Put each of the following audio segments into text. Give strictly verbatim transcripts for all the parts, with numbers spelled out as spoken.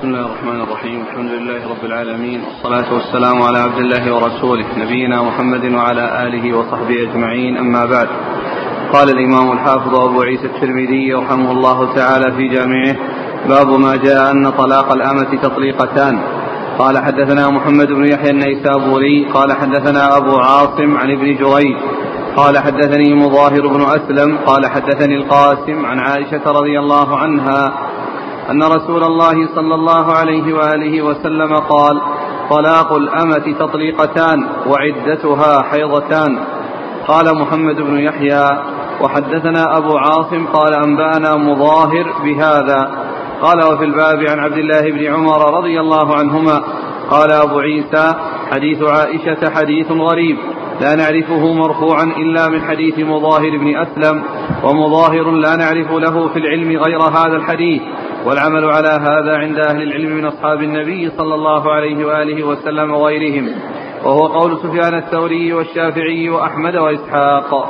الله الرحمن الرحيم. الحمد لله رب العالمين، والصلاة والسلام على عبد الله ورسوله نبينا محمد وعلى آله وصحبه أجمعين، أما بعد. قال الإمام الحافظ أبو عيسى الترمذي رحمه الله تعالى في جامعه: باب ما جاء أن طلاق الأمة تطليقتان. قال حدثنا محمد بن يحيى النيسابوري قال حدثنا أبو عاصم عن ابن جريج قال حدثني مظاهر بن أسلم قال حدثني القاسم عن عائشة رضي الله عنها أن رسول الله صلى الله عليه وآله وسلم قال: طلاق الأمة تطليقتان وعدتها حيضتان. قال محمد بن يحيى: وحدثنا أبو عاصم قال أنبأنا مظاهر بهذا. قال: وفي الباب عن عبد الله بن عمر رضي الله عنهما. قال أبو عيسى: حديث عائشة حديث غريب لا نعرفه مرفوعا إلا من حديث مظاهر بن أسلم، ومظاهر لا نعرف له في العلم غير هذا الحديث، والعمل على هذا عند أهل العلم من أصحاب النبي صلى الله عليه وآله وسلم وغيرهم، وهو قول سفيان الثوري والشافعي وأحمد وإسحاق.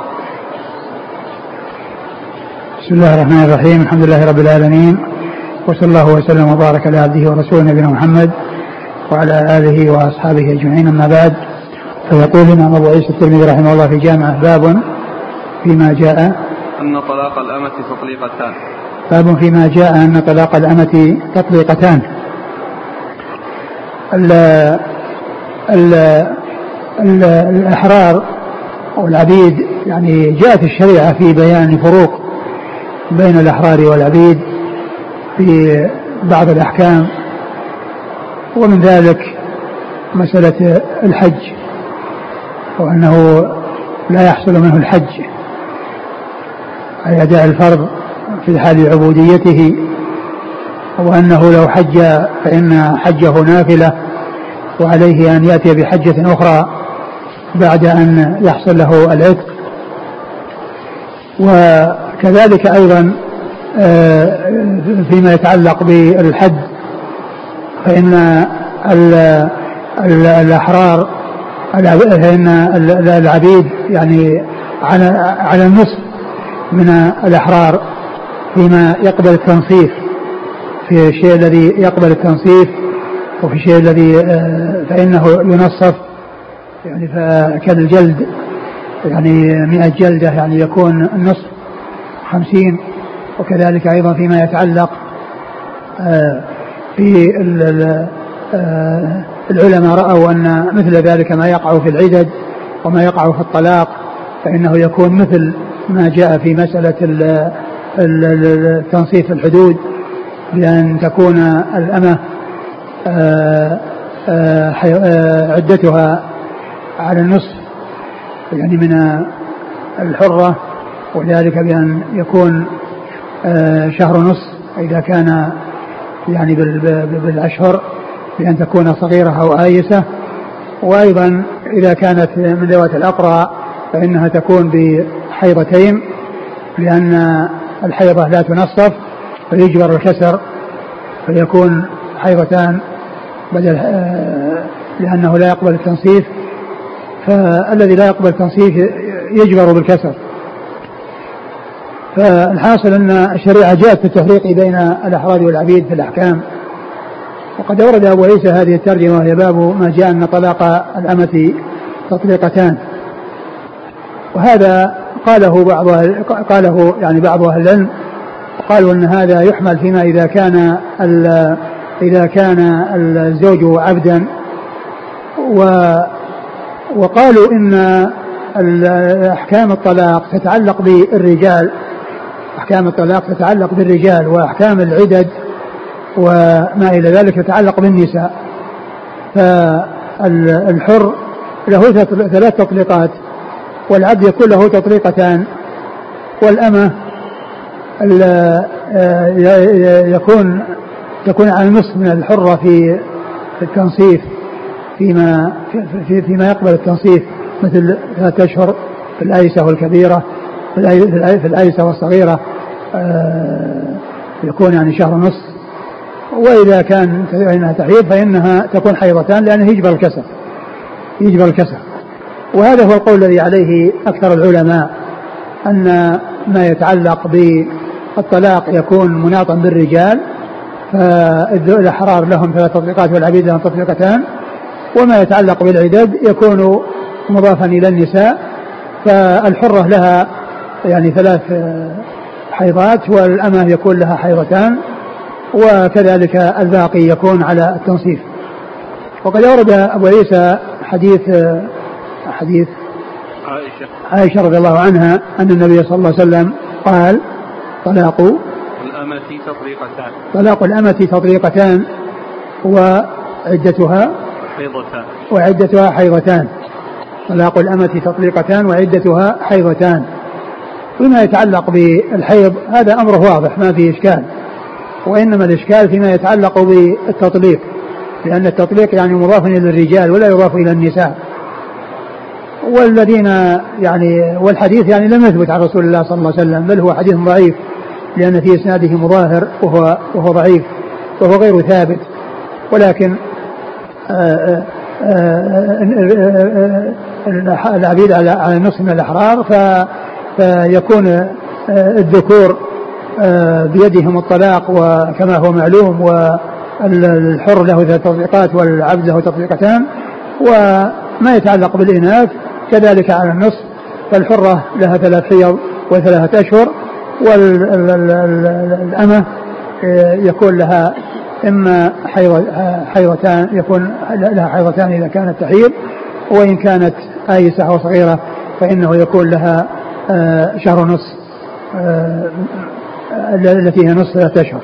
بسم الله الرحمن الرحيم. الحمد لله رب العالمين، وصلى الله وسلم وبارك على عبده ورسوله نبينا محمد وعلى آله وأصحابه أجمعين، أما بعد. فيقول الإمام أبو عيسى الترمذي رحمه الله في جامعه: باب فيما جاء أن طلاق الأمة تطليقتان. باب فيما جاء أن طلاق الأمة تطليقتان. ال ال ال الأحرار والعبيد، يعني جاءت الشريعة في بيان فروق بين الأحرار والعبيد في بعض الأحكام، ومن ذلك مسألة الحج، وأنه لا يحصل منه الحج أي أداء الفرض في حال عبوديته، وأنه لو حج فإن حجه نافلة، وعليه أن يأتي بحجة أخرى بعد أن يحصل له العتق. وكذلك أيضا فيما يتعلق بالحد، فإن الأحرار فإن العبيد يعني على النصف من الأحرار فيما يقبل التنصيف، في الشيء الذي يقبل التنصيف، وفي الشيء الذي فإنه ينصف، يعني فكالجلد يعني مئة جلدة يعني يكون النصف خمسين. وكذلك أيضا فيما يتعلق في العلماء رأوا أن مثل ذلك ما يقع في العدد وما يقع في الطلاق فإنه يكون مثل ما جاء في مسألة تنصيف الحدود، بأن تكون الأمة عدتها على النصف يعني من الحرة، وذلك بأن يكون شهر نصف إذا كان يعني بالأشهر، بأن تكون صغيرة أو آيسة. وأيضا إذا كانت من ذوات الأقرى فإنها تكون بحيضتين، لأن الحيضة لا تنصف فيجبر الكسر فيكون حيضتان بدل، لأنه لا يقبل التنصيف، فالذي لا يقبل التنصيف يجبر بالكسر. فالحاصل أن الشريعة جاءت في التفريق بين الأحرار والعبيد في الأحكام. وقد أورد أبو عيسى هذه الترجمة وهي باب ما جاء أن طلاق الأمة تطليقتان. وهذا قاله بعض قاله يعني بعض أهل العلم، قالوا أن هذا يحمل فيما إذا كان إذا كان الزوج عبدا، وقالوا إن أحكام الطلاق تتعلق بالرجال، أحكام الطلاق تتعلق بالرجال، وأحكام العدد وما إلى ذلك تتعلق بالنساء. فالحر له ثلاث تطليقات، والعبد يكون له تطليقتان، والأمة يكون تكون على النصف من الحرة في التنصيف فيما في فيما يقبل التنصيف، مثل ثلاثة أشهر في الآيسة والكبيرة، في الآيسة والصغيرة يكون يعني شهر نصف. وإذا كان إنها تحيض فإنها تكون حيضتان، لأنه يجبر الكسر يجبر الكسر وهذا هو القول الذي عليه أكثر العلماء، أن ما يتعلق بالطلاق يكون مناطا بالرجال، فالأحرار لهم ثلاث تطبيقات والعبيد لهم تطبيقتان. وما يتعلق بالعدد يكون مضافا إلى النساء، فالحرة لها يعني ثلاث حيضات والأمة يكون لها حيضتان، وكذلك الباقي يكون على التنصيف. وقد أورد أبو عيسى حديث حديث عائشة عائشة رضي الله عنها أن النبي صلى الله عليه وسلم قال طلاق الأمة تطليقتان طلاق الأمة تطليقتان وعدتها حيضتان وعدتها حيضتان طلاق الأمة تطليقتان وعدتها حيضتان. فيما يتعلق بالحيض هذا أمره واضح ما فيه إشكال، وإنما الإشكال فيما يتعلق بالتطليق، لأن التطليق يعني مضاف إلى الرجال ولا يضاف إلى النساء. والذين يعني والحديث يعني لم يثبت عن رسول الله صلى الله عليه وسلم، بل هو حديث ضعيف لأن في إسناده مظاهر وهو, وهو ضعيف وهو غير ثابت. ولكن آآ آآ العبيد على النصف من الأحرار فيكون الذكور بيدهم الطلاق وكما هو معلوم، والحر له ثلاث تطبيقات والعبد له تطبيقتان. وما يتعلق بالإناث كذلك على النصف، فالحرة لها ثلاث حيض وثلاثة أشهر، والأمة يكون لها إما حيضتان يكون لها حيضتان إذا كانت تحيض، وإن كانت آيسة أو صغيرة فإنه يكون لها شهر ونصف التي هي نصف ثلاثة أشهر.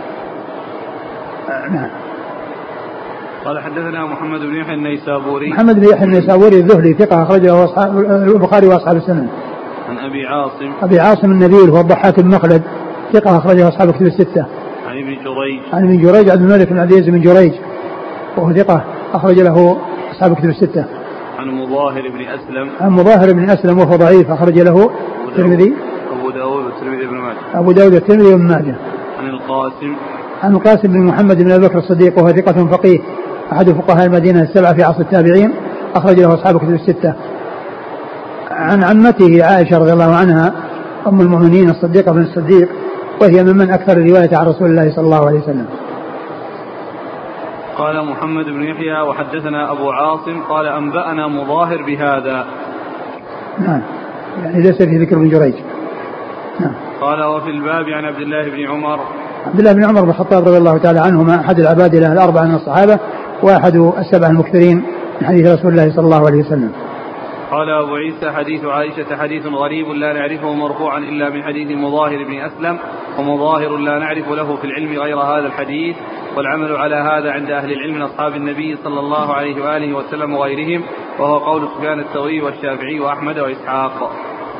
نعم. قال حدثنا محمد بن يحيى النيسابوري محمد بن يحيى النيسابوري الذهلي ثقة أخرجه أصحاب البخاري وأصحاب السنن. عن أبي عاصم أبي عاصم النبيل هو الضحاك بن مخلد ثقة أخرجه أصحاب الكتب الستة. عن ابن جريج عن ابن جريج عبد الملك بن عبد العزيز بن جريج وهو ثقة أخرج له أصحاب الكتب الستة. عن مظاهر بن أسلم عن مظاهر بن أسلم وهو ضعيف أخرج له الترمذي أبو داود والترمذي بن ماجه أبو داود والترمذي بن ماجه. عن القاسم عن القاسم بن محمد بن أبي بكر الصديق وهو ثقة فقيه أحد فقهاء المدينة السبعة في عصر التابعين أخرج له أصحاب الكتب الستة. عن عمته عائشة رضي الله عنها أم المؤمنين الصديقة بن الصديق، وهي ممن أكثر الرواية عن رسول الله صلى الله عليه وسلم. قال محمد بن يحيى وحدثنا أبو عاصم قال أنبأنا مظاهر بهذا. نعم يعني ليس في ذكر ابن جريج. نعم. قال وفي الباب عن عبد الله بن عمر عبد الله بن عمر بن الخطاب رضي الله تعالى عنهما أحد العبادلة الأربعة من الصحابة وأحد السبع المكثرين من حديث رسول الله صلى الله عليه وسلم. قال أبو عيسى حديث عائشة حديث غريب لا نعرفه مرفوعا إلا من حديث مظاهر بن أسلم، ومظاهر لا نعرف له في العلم غير هذا الحديث، والعمل على هذا عند أهل العلم من أصحاب النبي صلى الله عليه وآله وسلم وغيرهم، وهو قول سفيان الثوري والشافعي وأحمد وإسحاق.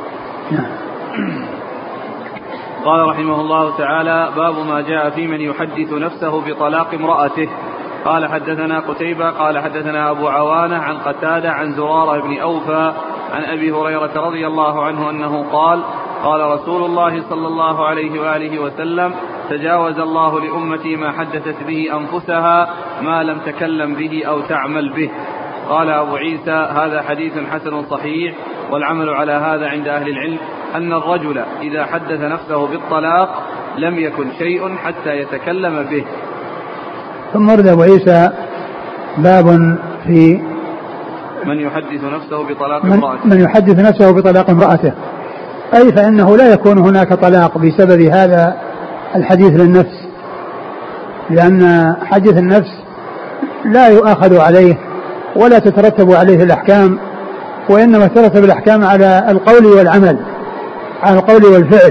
قال رحمه الله تعالى باب ما جاء في من يحدث نفسه بطلاق امرأته. قال حدثنا قتيبة قال حدثنا أبو عوانة عن قتادة عن زرارة بن أوفى عن أبي هريرة رضي الله عنه أنه قال قال رسول الله صلى الله عليه وآله وسلم تجاوز الله لأمتي ما حدثت به أنفسها ما لم تكلم به أو تعمل به. قال أبو عيسى هذا حديث حسن صحيح، والعمل على هذا عند أهل العلم أن الرجل إذا حدث نفسه بالطلاق لم يكن شيء حتى يتكلم به. ثم ورد أبو عيسى باب في من يحدث نفسه بطلاق امرأته من يحدث نفسه بطلاق امرأته، أي فإنه لا يكون هناك طلاق بسبب هذا الحديث للنفس، لأن حديث النفس لا يؤاخذ عليه ولا تترتب عليه الأحكام، وإنما ترتب الأحكام على القول والعمل، على القول والفعل.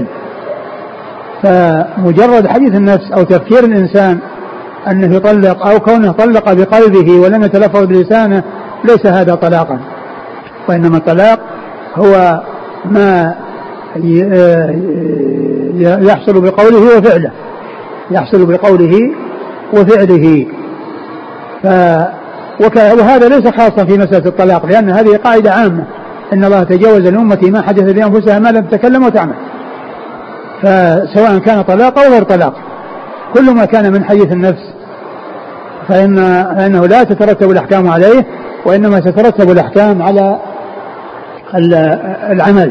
فمجرد حديث النفس أو تفكير الإنسان أنه يطلق أو كونه طلق بقلبه ولم يتلفظ بلسانه ليس هذا طلاقا، وإنما الطلاق هو ما يحصل بقوله وفعله يحصل بقوله وفعله ف وهذا ليس خاصا في مسألة الطلاق، لأن هذه قاعدة عامة إن الله تجاوز لأمتي ما حدث بأنفسها ما لم تتكلم وتعمل، فسواء كان طلاق أو غير طلاق كل ما كان من حديث النفس فإن فإنه لا تترتب الأحكام عليه، وإنما تترتب الأحكام على العمل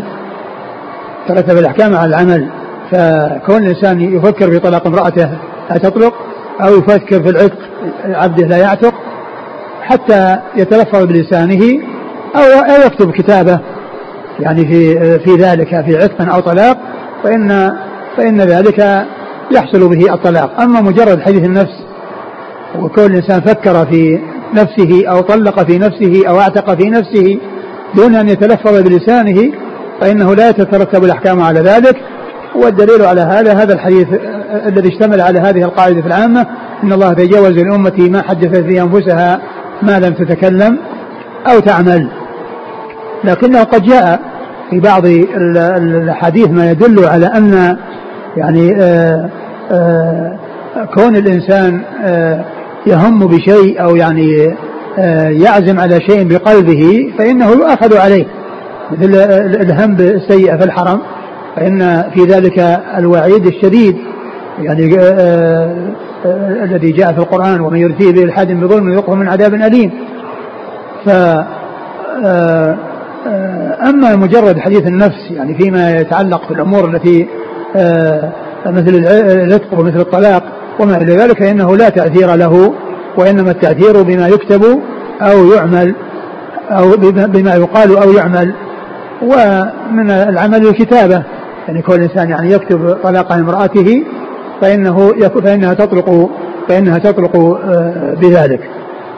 ترتب الأحكام على العمل. فكون الإنسان يفكر في طلاق امرأته أتطلق أو يفكر في العتق عبده لا يعتق حتى يتلفظ بلسانه أو يكتب كتابة يعني في في ذلك في عتق أو طلاق، فإن فإن ذلك يحصل به الطلاق. أما مجرد حديث النفس وكل إنسان فكر في نفسه أو طلق في نفسه أو اعتق في نفسه دون أن يتلفظ بلسانه فإنه لا تترتب الأحكام على ذلك. والدليل على هذا هذا الحديث الذي اشتمل على هذه القاعدة في العامة: إن الله تجاوز لأمتي ما حدثت في أنفسها ما لم تتكلم أو تعمل. لكنه قد جاء في بعض الحديث ما يدل على أن يعني آآ آآ كون الإنسان يهم بشيء أو يعني يعزم على شيء بقلبه فإنه يؤخذ عليه، مثل الهم بالسيئة في الحرم فإن في ذلك الوعيد الشديد يعني الذي جاء في القرآن: ومن يرد فيه بإلحاد بظلم يذقه من عذاب أليم. ف أما مجرد حديث النفس يعني فيما يتعلق في الأمور التي مثل العتق ومثل الطلاق وما إلى ذلك فإنه لا تأثير له، وإنما التأثير بما يكتب أو يعمل أو بما يقال أو يعمل. ومن العمل الكتابة، يعني كل إنسان يعني يكتب طلاق امرأته فإنه فإنها تطلق فإنها تطلق بذلك.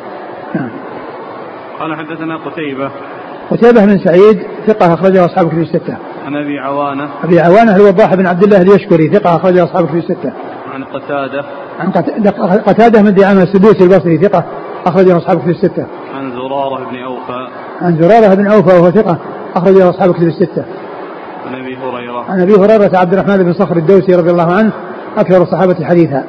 قال حدثنا قتيبة قتيبة بن سعيد ثقة أخرجه أصحاب الكتب الستة. عن أبي عوانة أبي عوانة هو الوضاح بن عبد الله اليشكري ثقة أخرجه أصحاب الكتب الستة. عن قتادة عن قتادة من دعامة السدوسي البصري ثقة أخرجه أصحاب الكتب الستة. عن زرارة بن أوفى عن زرارة بن أوفى وهو ثقة أخرجه أصحاب الكتب الستة. عن أبي هريرة عن أبي هريرة عبد الرحمن بن صخر الدوسي رضي الله عنه أكثر الصحابة حديثا.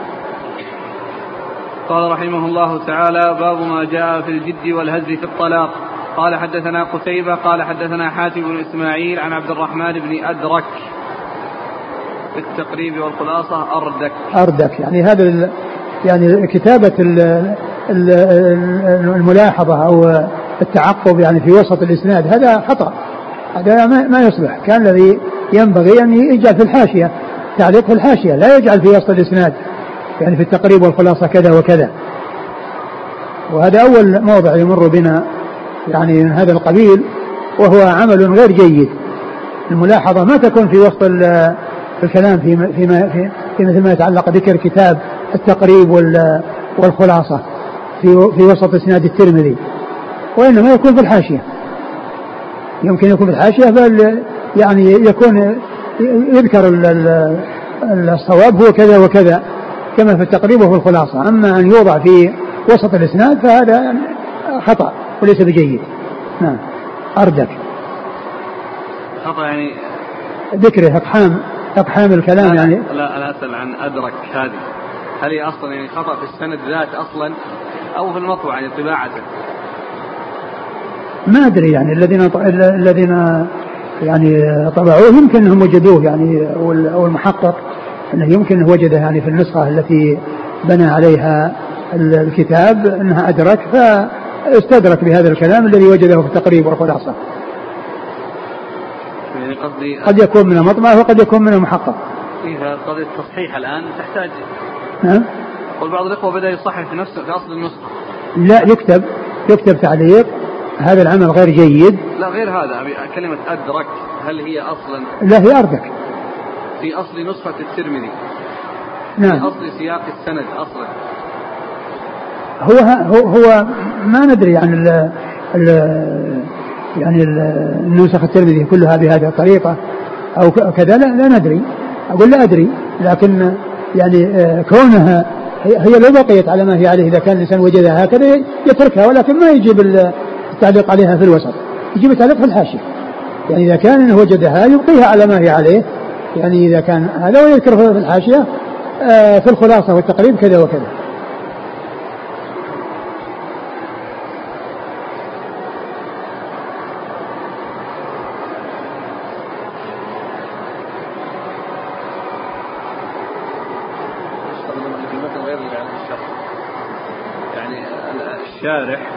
قال رحمه الله تعالى: باب ما جاء في الجد والهزل في الطلاق. قال حدثنا قتيبة قال حدثنا حاتم بن إسماعيل عن عبد الرحمن بن أدرك بالتقريب والخلاصة أردك أردك يعني هذا يعني كتابة الملاحظة أو التعقب يعني في وسط الإسناد هذا خطأ، هذا ما يصلح. كان الذي ينبغي أن يجعل في الحاشية تعليق في الحاشية، لا يجعل في وسط الإسناد يعني في التقريب والخلاصة كذا وكذا. وهذا أول موضع يمر بنا يعني من هذا القبيل، وهو عمل غير جيد. الملاحظة ما تكون في وسط الكلام فيما فيما في, في مثل ما يتعلق ذكر كتاب التقريب والخلاصة في في وسط إسناد الترمذي، وإنما يكون في الحاشية. يمكن يكون في الحاشية بل يعني يكون يذكر الصواب هو كذا وكذا كما في التقريب وفي الخلاصة. أما أن يوضع في وسط الإسناد فهذا خطأ وليس بجيد. نعم. أردك خطأ يعني ذكره أقحام أقحام الكلام. لا يعني لا أنا أسأل عن أدرك هذه، هل هي أصلا يعني خطأ في السند ذات أصلا أو في المطبوع يعني طباعته؟ ما أدري يعني الذين الذين يعني طبعوه يمكن أنهم وجدوه يعني، أو المحقق أنه يمكن أنه وجده يعني في النسخة التي بنى عليها الكتاب أنها أدرك فاستدرك بهذا الكلام الذي وجده في التقريب والخلاصة. يعني قصدي قد يكون من المطبعة وقد يكون من المحقق. فيها قضية التصحيح الآن تحتاج. نعم. والبعض الإخوة بدأ يصحح في نفسه في أصل النسخة. لا يكتب يكتب تعليق هذا العمل غير جيد. لا غير هذا، كلمة أدرك هل هي أصلا؟ لا هي أردك في أصل نسخة الترمذي. نعم. في أصل سياق السند أصلا. هو هو, هو ما ندري عن ال ال يعني النسخ الترمذي كلها بهذه الطريقة أو كذا، لا, لا ندري. أقول لا أدري، لكن يعني كونها هي لو بقيت على ما هي عليه إذا كان الإنسان وجدها هكذا يتركها، ولكن ما يجيب التعليق عليها في الوسط، يجيب التعليق في الحاشية. يعني إذا كان إنه وجدها يبقيها على ما هي عليه، يعني إذا كان هذا ويذكر في الحاشية في الخلاصة والتقريب كذا وكذا. الشارح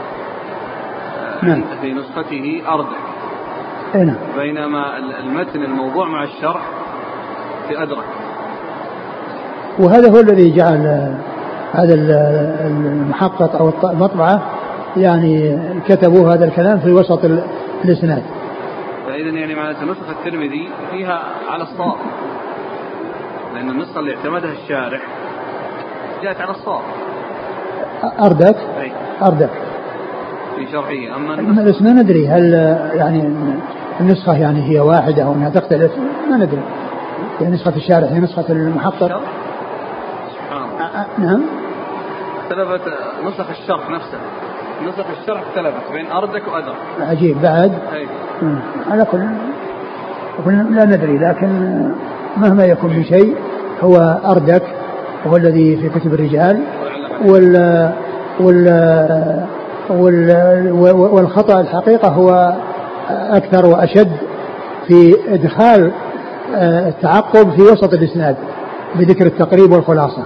نعم. في نسخته أردك. نعم. بينما المتن الموضوع مع الشرح في أدرك. وهذا هو الذي جعل هذا المحقق أو المطبعة يعني كتبوا هذا الكلام في وسط الإسناد. فإذا يعني معناته نسخة الترمذي فيها على الصواب، لأن النسخة اللي اعتمدها الشارح جاءت على الصواب. أردك أي. أردك في شرحه. أما النسخة ما ندري هل يعني النسخة يعني هي واحدة أو أنها تختلف، ما ندري. يعني نسخة الشارح هي نسخة المحقق. سبحان الله. نعم. اختلفت نسخ الشرح نفسه، نسخ الشرح اختلفت بين أردك وأدرك. عجيب بعد. أي. على كل لا ندري، لكن مهما يكون من شيء هو أردك هو الذي في كتب الرجال، وال وال وال والخطأ الحقيقة هو أكثر وأشد في إدخال التعقب في وسط الإسناد بذكر التقريب والخلاصة.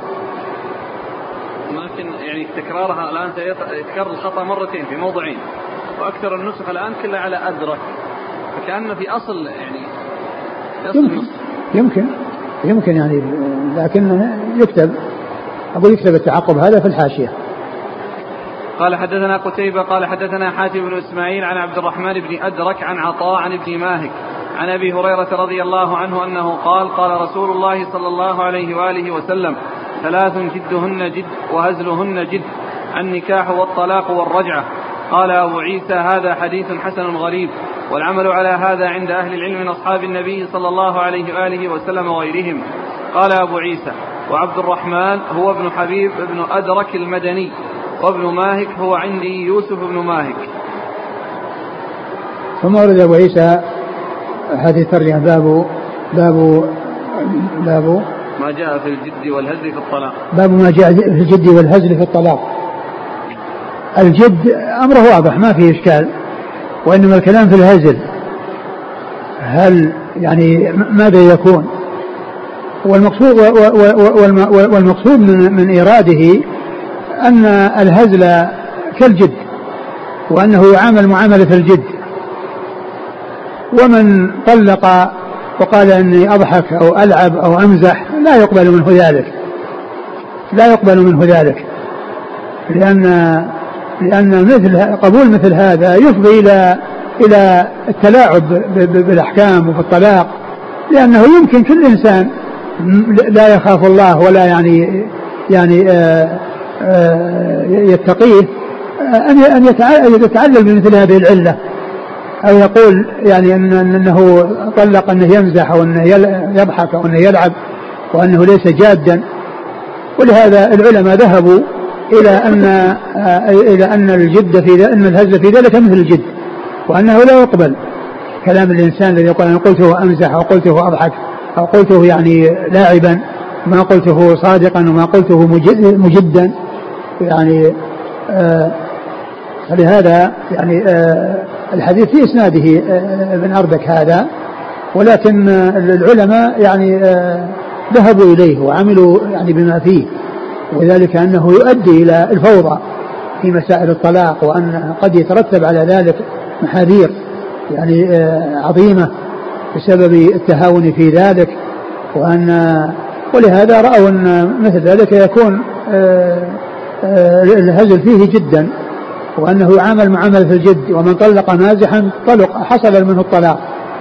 لكن يعني تكرارها الآن سيتكرر الخطأ مرتين في موضعين، وأكثر النسخ الآن كلها على أدرك، فكأن في أصل يعني في أصل يمكن, يمكن يمكن يعني، لكن يكتب أقول يكتب التعقب هذا في الحاشية. قال حدثنا قتيبة قال حدثنا حاتم بن إسماعيل عن عبد الرحمن بن أدرك عن عطاء عن ابن ماهك عن أبي هريرة رضي الله عنه أنه قال قال رسول الله صلى الله عليه وآله وسلم ثلاث جدهن جد وهزلهن جد النكاح والطلاق والرجعة. قال أبو عيسى هذا حديث حسن غريب، والعمل على هذا عند أهل العلم من أصحاب النبي صلى الله عليه وآله وسلم وغيرهم. قال أبو عيسى وعبد الرحمن هو ابن حبيب ابن أدرك المدني، وابن ماهك هو عندي يوسف بن ماهك. ثم ورد أبو عيسى هذه الترجمة باب باب باب ما جاء في الجد والهزل في الطلاق. باب ما جاء في الجد والهزل في الطلاق. الجد أمره واضح ما فيه إشكال، وإنما الكلام في الهزل هل يعني ماذا يكون؟ والمقصود والمقصود من من إيراده أن الهزل كالجد، وأنه يعامل معاملة الجد. ومن طلق وقال إني أضحك أو ألعب أو أمزح لا يقبل منه ذلك، لا يقبل منه ذلك، لأن لأن مثل قبول مثل هذا يفضي إلى إلى التلاعب بالأحكام وفي الطلاق، لأنه يمكن كل إنسان لا يخاف الله ولا يعني يعني آآ آآ يتقيه أن يتعلل بمثل هذه العلة، أو يقول يعني أنه طلق أنه يمزح أو أنه يضحك أو أنه يلعب وأنه ليس جادا. ولهذا العلماء ذهبوا إلى أن إلى أن الجد في أن الهزل في ذلك مثل الجد، وأنه لا يقبل كلام الإنسان الذي يقول أنا قلته أمزح أو قلته أضحك أو قلته يعني لاعبا، ما قلته صادقا وما قلته مجدا يعني. آه فلهذا يعني آه الحديث في إسناده آه ابن أردك هذا، ولكن آه العلماء يعني آه ذهبوا إليه وعملوا يعني بما فيه، وذلك أنه يؤدي إلى الفوضى في مسائل الطلاق، وأن قد يترتب على ذلك محاذير يعني آه عظيمة بسبب التهاون في ذلك، وأن ولهذا رأوا أن مثل ذلك يكون آه آه الهزل فيه جدا، وأنه يعامل معاملة الجد. ومن طلق مازحا طلق حصل منه الطلاق،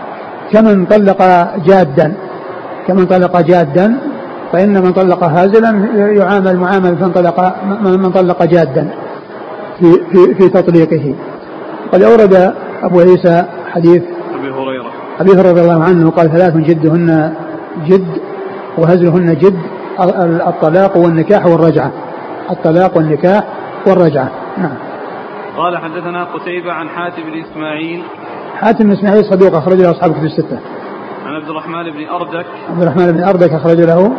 كمن طلق جادا كمن طلق جادا فإن من طلق هازلا يعامل معاملة من طلق من طلق جادا في في, في تطليقه. قد أورد أبو عيسى حديث أبي هريرة أبي هريرة رضي الله عنه قال ثلاث جدهن جد وهزلهن جد الطلاق والنكاح والرجعة. الطلاق والنكاح والرجعة. نعم. قال حدثنا قتيبة عن حاتم بن إسماعيل. حاتم بن إسماعيل صدوق أخرج له أصحاب كتب الستة. عن عبد الرحمن بن أردك. عبد الرحمن بن أردك أخرج له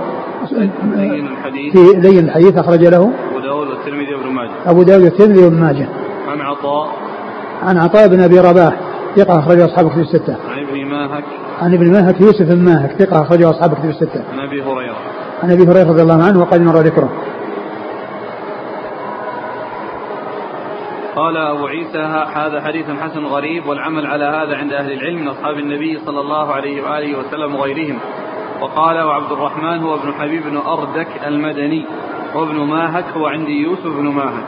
لين الحديث في لين الحديث أخرج له أبو داود والترمذي وابن ماجه. أبو داود والترمذي وابن ماجه. عن عطاء عن عطاء بن أبي رباح ثقة أخرج له أصحاب كتب الستة. عن ابن ماهك عن ابن ماهك يوسف بن ماهك ثقة أخرج له أصحاب كتب الستة. عن أبي هريرة عن أبي هريرة رضي الله عنه وقد مر ذكره. قال أبو عيسى هذا حديث حسن غريب، والعمل على هذا عند أهل العلم من أصحاب النبي صلى الله عليه وآله وسلم وغيرهم. وقال وعبد الرحمن هو ابن حبيب بن أردك المدني، وابن ماهك هو عندي يوسف بن ماهك.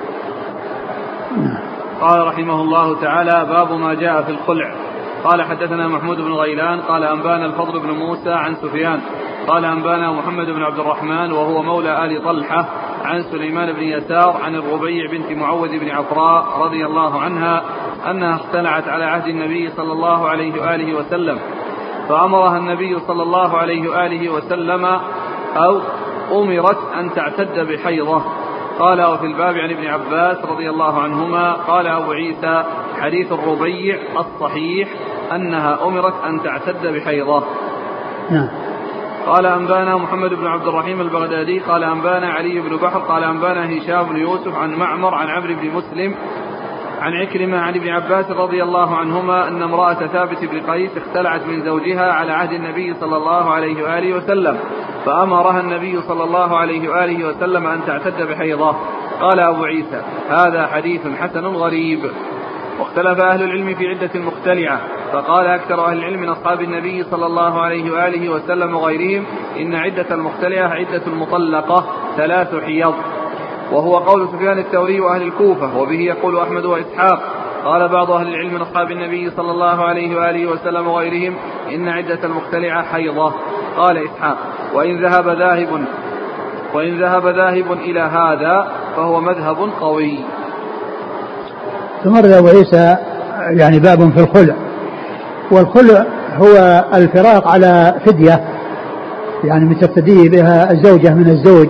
قال رحمه الله تعالى: باب ما جاء في الخلع. قال حدثنا محمود بن غيلان قال أنبانا الفضل بن موسى عن سفيان قال أنبانا محمد بن عبد الرحمن وهو مولى آل طلحة عن سليمان بن يسار عن الربيع بنت معوذ بن عفراء رضي الله عنها أنها اختلعت على عهد النبي صلى الله عليه وآله وسلم، فأمرها النبي صلى الله عليه وآله وسلم أو أمرت أن تعتد بحيضة. قال وفي الباب عن ابن عباس رضي الله عنهما قال أبو عيسى: حديث الربيع الصحيح أنها أمرت أن تعتد بحيضة. نعم. قال أنبانا محمد بن عبد الرحيم البغدادي قال أنبانا علي بن بحر قال أنبانا هشام بن يوسف عن معمر عن عمرو بن مسلم عن عكرمة عن ابن عباس رضي الله عنهما أن امرأة ثابت بن قيس اختلعت من زوجها على عهد النبي صلى الله عليه وآله وسلم، فأمرها النبي صلى الله عليه وآله وسلم أن تعتد بحيضة. قال أبو عيسى: هذا حديث حسن غريب. واختلف أهل العلم في عدة المختلعة، فقال أكثر أهل العلم من أصحاب النبي صلى الله عليه وآله وسلم وغيرهم إن عدة المختلعة عدة المطلقة ثلاث حيض، وهو قول سفيان الثوري وأهل الكوفة، وبه يقول أحمد وإسحاق. قال بعض أهل العلم من أصحاب النبي صلى الله عليه وآله وسلم وغيرهم إن عدة المختلعة حيضة. قال إسحاق: وإن ذهب ذاهب وإن ذهب ذاهب إلى هذا فهو مذهب قوي. ثم رد أبو عيسى يعني باب في الخلع. والخلع هو الفراق على فدية، يعني من تفتدي بها الزوجة من الزوج،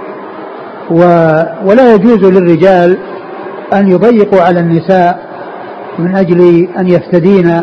ولا يجوز للرجال أن يضيقوا على النساء من أجل أن يفتدين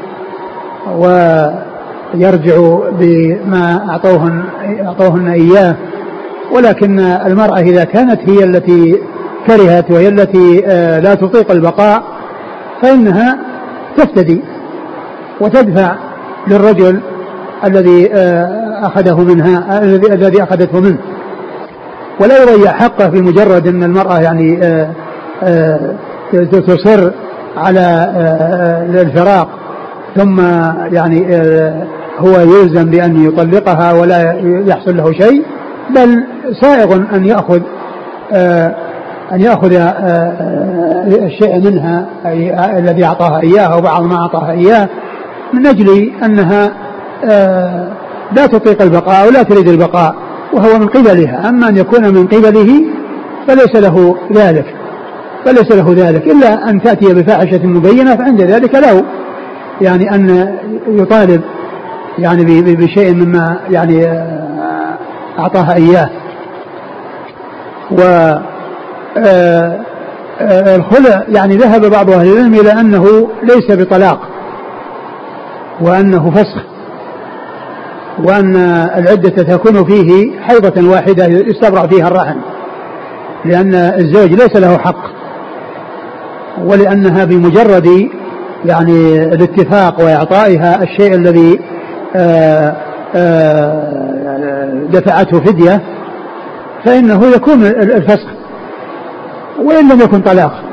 ويرجعوا بما أعطوهن, أعطوهن إياه، ولكن المرأة إذا كانت هي التي كرهت وهي التي لا تطيق البقاء فإنها تفتدي وتدفع للرجل الذي أخذه منها الذي أخذته منه، ولا يضيع حقه في مجرد أن المرأة يعني تصر على الفراق ثم يعني هو يلزم بأن يطلقها ولا يحصل له شيء، بل سائغ أن يأخذ أن يأخذ الشيء منها الذي أعطاها إياه أو بعض ما أعطاها إياه من أجل أنها لا تطيق البقاء ولا تريد البقاء وهو من قبلها. أما أن يكون من قبله فليس له ذلك فليس له ذلك إلا أن تأتي بفاحشة مبينة، فعند ذلك له يعني أن يطالب يعني بشيء مما يعني أعطاها إياه. والخلع يعني ذهب بعض أهل العلم إلى أنه ليس بطلاق وأنه فسخ، وأن العدة تكون فيه حيضة واحدة يستبرأ فيها الرحم، لأن الزوج ليس له حق، ولأنها بمجرد يعني الاتفاق وإعطائها الشيء الذي آآ آآ دفعته فدية فإنه يكون الفسخ وإن لم يكن طلاق.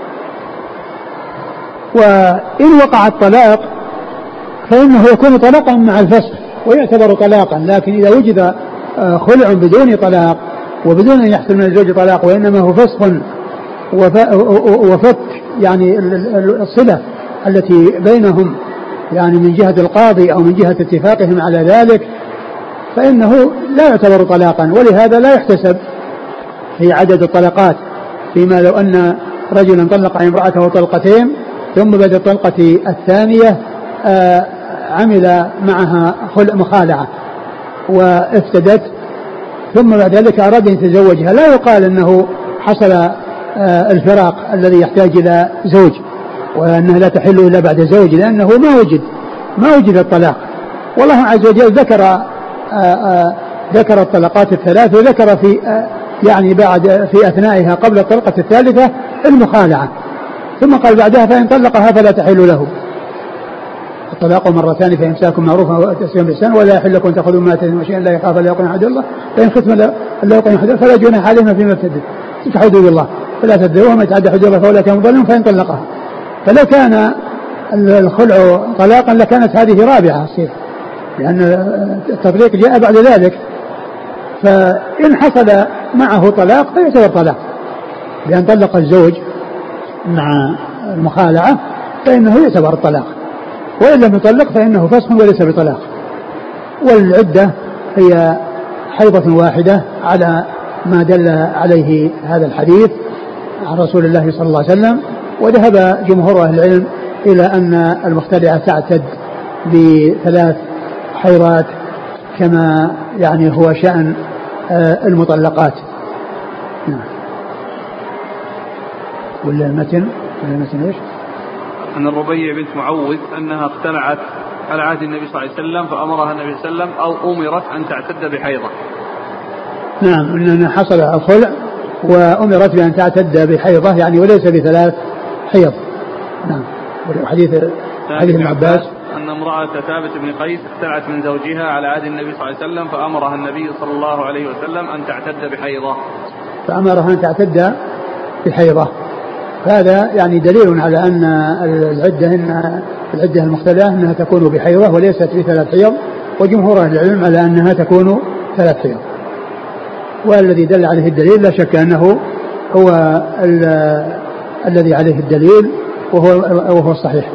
وإن وقع الطلاق فإنه يكون طلاقا مع الفسخ ويعتبر طلاقا، لكن إذا وجد خلع بدون طلاق وبدون أن يحصل من الزوج طلاق وإنما هو فسخ وفك يعني الصلة التي بينهم يعني من جهة القاضي أو من جهة اتفاقهم على ذلك، فإنه لا يعتبر طلاقا، ولهذا لا يحتسب في عدد الطلقات، فيما لو أن رجلا طلق امرأته طلقتين ثم بعد الطلقة الثانية عمل معها خلع مخالعة وافتدت ثم بعد ذلك أراد أن يتزوجها، لا يقال أنه حصل الفراق الذي يحتاج إلى زوج وأنها لا تحل إلا بعد زوج، لأنه ما وجد ما وجد الطلاق. والله عز وجل ذكر آآ آآ ذكر الطلقات الثلاث وذكر في يعني بعد في أثنائها قبل الطلقة الثالثة المخالعة، ثم قال بعدها فإن طلقها فلا تحل له. الطلاق مرتان فإمساك معروفا وتسليم بإحسان ولا يحل لكم تأخذوا ما آتيتم شيئا لا يخاف لا يقيم حدود الله فإن خفتم لا يقيم حدود فلا جناح عليهما فيما ابتدت تلك حدود الله فلا تبدلوها ومن يتعدى حدود الله فأولئك هم الظالمون فإن طلقها. فلو كان الخلع طلاقا لكانت هذه رابعة الصيغة، لأن التطليق جاء بعد ذلك، فإن حصل معه طلاق فيعتبر طلاق، لأن طلق الزوج مع المخالعة فإنه يعتبر الطلاق، وإن لم يطلق فإنه فسخ وليس بطلاق. والعدة هي حيضة واحدة على ما دل عليه هذا الحديث عن رسول الله صلى الله عليه وسلم. وذهب جمهور أهل العلم إلى أن المختلعة تعتد بثلاث حيضات كما يعني هو شأن المطلقات. نعم. ولا المتن ولا المتن ايش؟ أن الربيع بنت معوذ أنها اختلعت على عهد النبي صلى الله عليه وسلم فأمرها النبي صلى الله عليه وسلم أو أمرت أن تعتد بحيضة. نعم، أن حصل الخلع وأمرت بأن تعتد بحيضة يعني وليس بثلاث حيض. نعم. حديث حديث ابن عباس أن امرأة ثابت بن قيس اختلعت من زوجها على عهد النبي صلى الله عليه وسلم فأمرها النبي صلى الله عليه وسلم أن تعتد بحيضة. فأمرها أن تعتد بحيضة. هذا يعني دليل على أن العدة إن العدة المختلعة أنها تكون بحيضة وليست بثلاث حيض، وجمهور أهل العلم على أنها تكون ثلاث حيض. والذي دل عليه الدليل لا شك أنه هو الذي عليه الدليل وهو وهو الصحيح.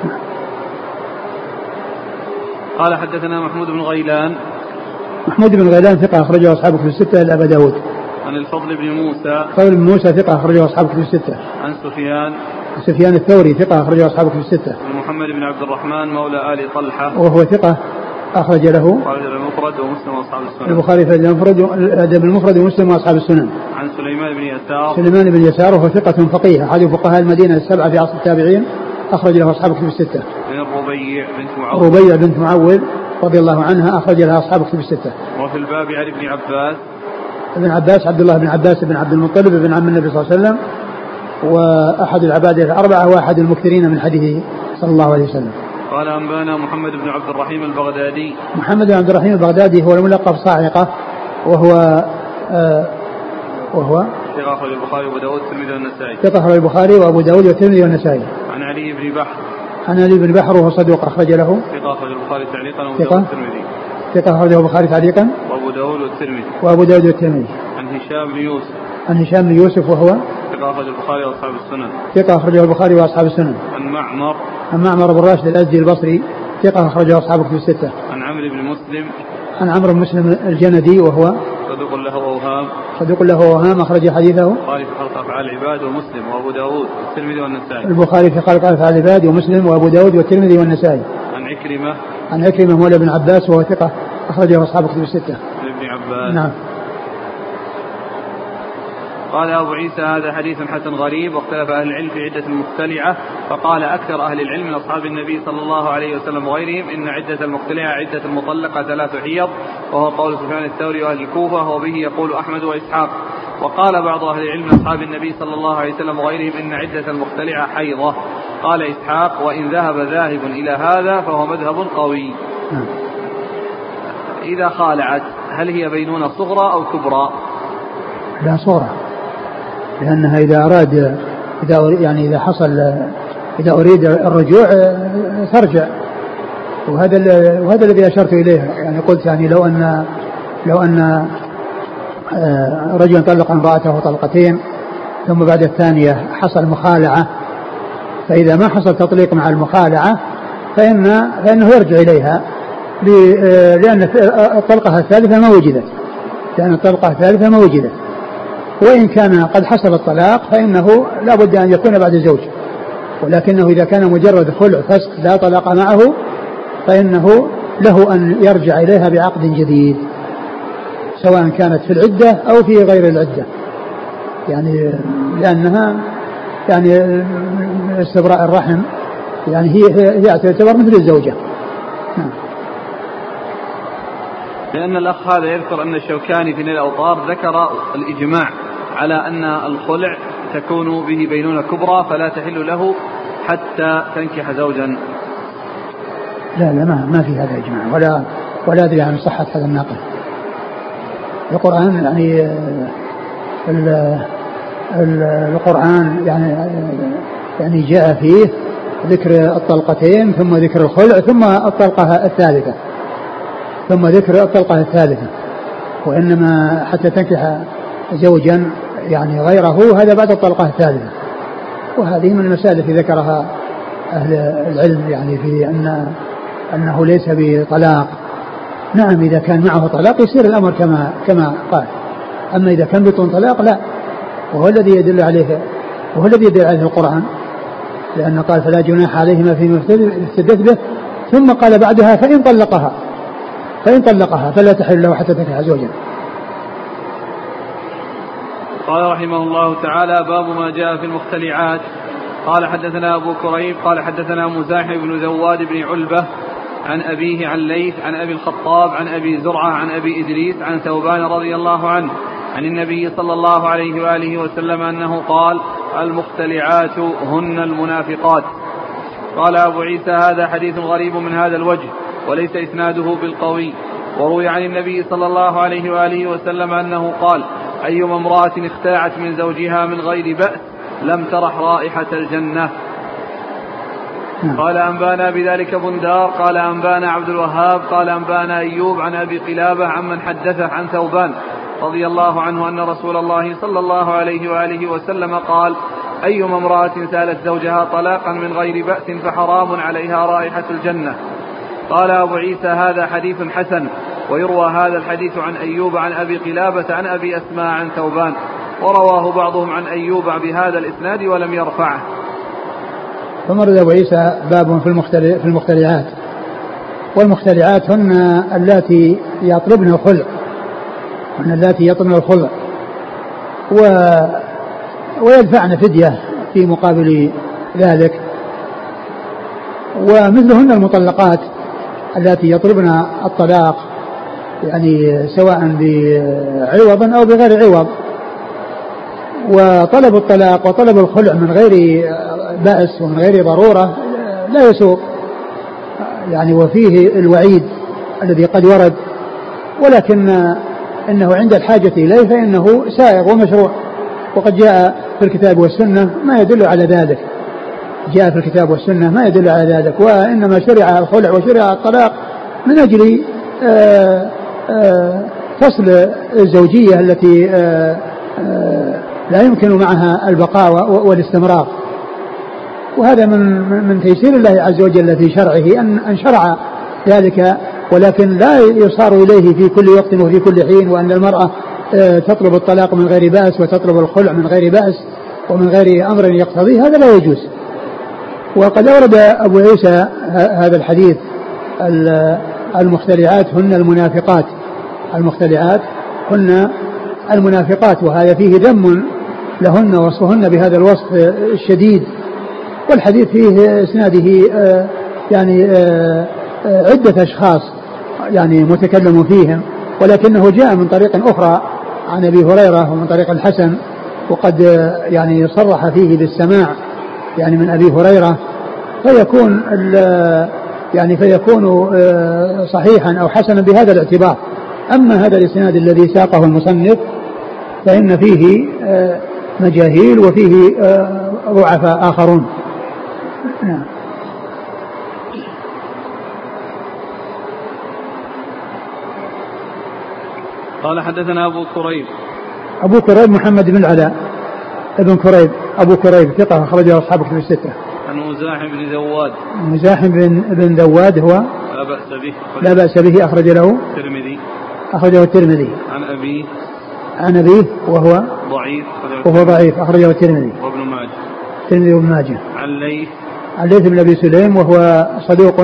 قال حدثنا محمود بن غيلان. محمود بن غيلان ثقة أخرجه أصحاب كتب الستة إلا أبا داود. عن الفضل بن موسى. الفضل بن موسى ثقة أخرجه أصحاب كتب الستة. عن سفيان. سفيان الثوري ثقة أخرجه أصحاب كتب الستة. عن محمد بن عبد الرحمن مولى آل طلحة وهو ثقة أخرج له المفرد ومسلم وأصحاب السنن. البخاري في المفرد الأدب المفرد ومسلم وأصحاب السنن. عن سليمان بن يسار. سليمان بن يسار وهو ثقة فقيه أحد فقهاء المدينة السبعة في عصر التابعين أخرج له أصحاب كتب الستة. عن الربيع بنت معوذ. ربيع بنت معوذ رضي الله عنها أخرج لها أصحاب كتب الستة. وفي الباب عن ابن عباس. ابن عباس عبد الله بن عباس بن عبد المطلب بن عم النبي صلى الله عليه وسلم وأحد العبادة الأربعة وأحد المكثرين من حديثه صلى الله عليه وسلم. قال أنبانا محمد بن عبد الرحيم البغدادي. محمد بن عبد الرحيم البغدادي هو الملقب صاعقة وهو آه وهو ثقة أخرج البخاري وأبو داود والترمذي والنسائي. ثقة أخرج البخاري وأبو داود والترمذي والنسائي. عن علي بن بحر. عن علي بن بحر وهو صدوق أخرج له. ثقة أخرج البخاري تعليقا وأبو داود والترمذي. ثقة أخرجه البخاري تعليقا وأبو داود والترمذي. وأبو داود والترمذي. عن هشام بن يوسف. عن هشام بن يوسف وهو ثقة أخرج البخاري وأصحاب السنن. ثقة أخرجه البخاري وأصحاب السنن. عن معمر. عن معمر بن راشد الأزدي البصري ثقة أخرجه أصحاب كتب الستة. عن عمرو بن مسلم. عن عمرو بن مسلم الجندي وهو صدوق له أوهام. صدوق له أوهام أخرج حديثه البخاري في خلق أفعال العباد ومسلم وأبو داود والترمذي والنسائي. البخاري في خلق أفعال العباد ومسلم وأبو داود والترمذي والنسائي. عن عكرمة. عن عكرمة مولى بن عباس وهو ثقة أخرجه أصحاب كتب الستة. عن ابن عباس. نعم. قال أبو عيسى هذا حديث حسن غريب واختلف أهل العلم في عدة المختلعة فقال أكثر أهل العلم من أصحاب النبي صلى الله عليه وسلم وغيرهم إن عدة المختلعة عدة المطلقة ثلاث حيض وهو قول سفيان الثوري وأهل الكوفة وبه يقول أحمد وإسحاق. وقال بعض أهل العلم من أصحاب النبي صلى الله عليه وسلم وغيرهم إن عدة المختلعة حيضة. قال إسحاق وإن ذهب ذاهب إلى هذا فهو مذهب قوي. إذا خالعت هل هي بينونة صغرى أو كبرى؟ لا صغرى، لأنها إذا أراد إذا يعني إذا حصل إذا أريد الرجوع ترجع، وهذا وهذا الذي أشرت إليه. يعني قلت يعني لو أن لو أن رجل طلق امرأته طلقتين ثم بعد الثانية حصل مخالعة، فإذا ما حصل تطليق مع المخالعة فإن فإنه يرجع إليها لأن الطلقة الثالثة ما وجدت لأن الطلقة الثالثة ما وجدت وإن كان قد حصل الطلاق فإنه لا بد أن يكون بعد زوج، ولكنه إذا كان مجرد خلع فسق لا طلاق معه فإنه له أن يرجع إليها بعقد جديد سواء كانت في العدة أو في غير العدة، يعني لأنها يعني استبراء الرحم يعني هي هي تعتبر مثل الزوجة. لأن الأخ هذا يذكر أن الشوكاني في نيل الأوطار ذكر الإجماع على أن الخلع تكون به بينونة كبرى فلا تحل له حتى تنكح زوجا. لا لا ما, ما في هذا إجماع ولا ولا أدري عن صحة هذا الناقل. القرآن يعني ال ال القرآن يعني يعني جاء فيه ذكر الطلقتين ثم ذكر الخلع ثم الطلقة الثالثة، ثم ذكر الطلقة الثالثة. وإنما حتى تنكح زوجا يعني غيره هذا بعد الطلقة الثالثة. وهذه من المسائل التي ذكرها أهل العلم يعني في أن أنه ليس بطلاق. نعم إذا كان معه طلاق يصير الأمر كما كما قال، أما إذا كان بدون طلاق لا. وهو الذي يدل عليه وهو الذي يدل عليه القرآن، لأنه قال فلا جناح عليهما فيما افتدت به، ثم قال بعدها فإن طلقها فإن طلقها فلا تحل له حتى تنكح زوجا. قال رحمه الله تعالى: باب ما جاء في المختلعات. قال حدثنا أبو كريب قال حدثنا مزاحم بن ذواد بن علبة عن أبيه عن ليث عن أبي الخطاب عن أبي زرعة عن أبي إدريس عن ثوبان رضي الله عنه عن النبي صلى الله عليه وآله وسلم أنه قال: المختلعات هن المنافقات. قال أبو عيسى: هذا حديث غريب من هذا الوجه وليس إسناده بالقوي. وروي عن النبي صلى الله عليه وآله وسلم أنه قال: أيما امرأة اختلعت من زوجها من غير بأس لم ترح رائحة الجنة. قال: أنبانا بذلك بندار قال: أنبانا عبد الوهاب قال: أنبانا أيوب عن أبي قلابة عمن حدثه عن ثوبان رضي الله عنه أن رسول الله صلى الله عليه وآله وسلم قال: أيما امرأة سالت زوجها طلاقا من غير بأس فحرام عليها رائحة الجنة. قال أبو عيسى: هذا حديث حسن. ويروى هذا الحديث عن أيوب عن أبي قلابة عن أبي أسماء عن ثوبان، ورواه بعضهم عن أيوب بهذا الإسناد ولم يرفعه. ثم رد أبو عيسى باب في المختلعات. والمختلعات هن اللاتي يطلبن الخلع هن اللاتي يطلبن الخلع و... ويدفعن فدية في مقابل ذلك. ومثلهن المطلقات التي يطلبن الطلاق يعني سواء بعوض أو بغير عوض. وطلب الطلاق وطلب الخلع من غير بأس ومن غير ضرورة لا يسوق يعني، وفيه الوعيد الذي قد ورد، ولكن إنه عند الحاجة إليه فإنه سائغ ومشروع. وقد جاء في الكتاب والسنة ما يدل على ذلك جاء في الكتاب والسنة ما يدل على ذلك. وإنما شرع الخلع وشرع الطلاق من أجل آآ آآ فصل الزوجية التي آآ آآ لا يمكن معها البقاء والاستمرار. وهذا من من تيسير الله عز وجل في شرعه أن أن شرع ذلك، ولكن لا يصار إليه في كل وقت وفي كل حين، وأن المرأة تطلب الطلاق من غير بأس وتطلب الخلع من غير بأس ومن غير أمر يقتضيه، هذا لا يجوز. وقد أورد أبو عيسى هذا الحديث: المختلعات هن المنافقات المختلعات هن المنافقات. وهذا فيه ذم لهن وصفهن بهذا الوصف الشديد. والحديث فيه اسناده يعني عدة أشخاص يعني متكلم فيهم، ولكنه جاء من طريق أخرى عن أبي هريرة ومن طريق الحسن، وقد يعني صرح فيه بالسماع يعني من أبي هريرة، فيكون يعني فيكون صحيحا أو حسنا بهذا الاعتبار. أما هذا الإسناد الذي ساقه المصنف فإن فيه مجاهيل وفيه ضعفاء آخرون. نعم. قال حدثنا أبو كريب أبو كريب محمد بن العلاء ابن كريب أبو كريب ثقة أخرجه أصحاب كتب الستة. عن مزاحم بن ذواد مزاحم بن بن ذواد هو لا بأس به لا بأس به أخرج له الترمذي أخرجه الترمذي. عن أبيه عن أبيه وهو ضعيف وهو ضعيف أخرجه الترمذي وابن ماجه الترمذي وابن ماجه. عن ليث عن ليث بن أبي سليم وهو صدوق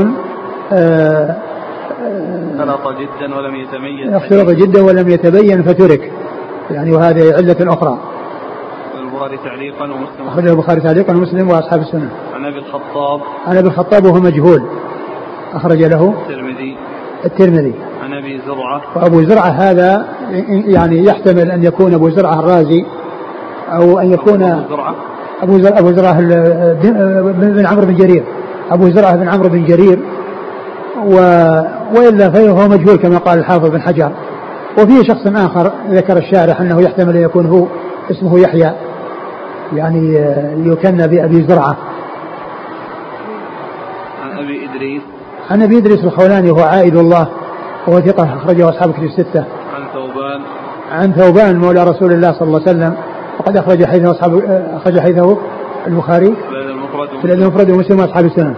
اختلط جدا ولم يتميز اختلط جدا ولم يتبين فترك يعني، وهذه علة أخرى. البخاري تعليقا ومسلم أخرجه البخاري تعليقا ومسلم وأصحاب السنة. عن أبي الخطاب عن أبي الخطاب وهو مجهول أخرج له الترمذي الترمذي. عن أبي زرعة وأبو زرعة هذا يعني يحتمل أن يكون أبو زرعة الرازي أو أن يكون أبو زرعة أبو زرعة, أبو زرعة بن عمرو بن جرير أبو زرعة بن عمرو بن جرير و... وإلا فهو مجهول كما قال الحافظ بن حجر. وفيه شخص آخر ذكر الشارح أنه يحتمل أن يكون هو اسمه يحيى يعني يكنى بأبي زرعة. عن أبي إدريس عن أبي إدريس الخولاني وهو عائد الله وهو ثقة أخرجه أصحاب الكتب الستة. عن ثوبان عن ثوبان مولى رسول الله صلى الله عليه وسلم وقد أخرج حديثه أصحاب أخرج حديثه البخاري في الأدب المفرد ومسلم وأصحاب السنن.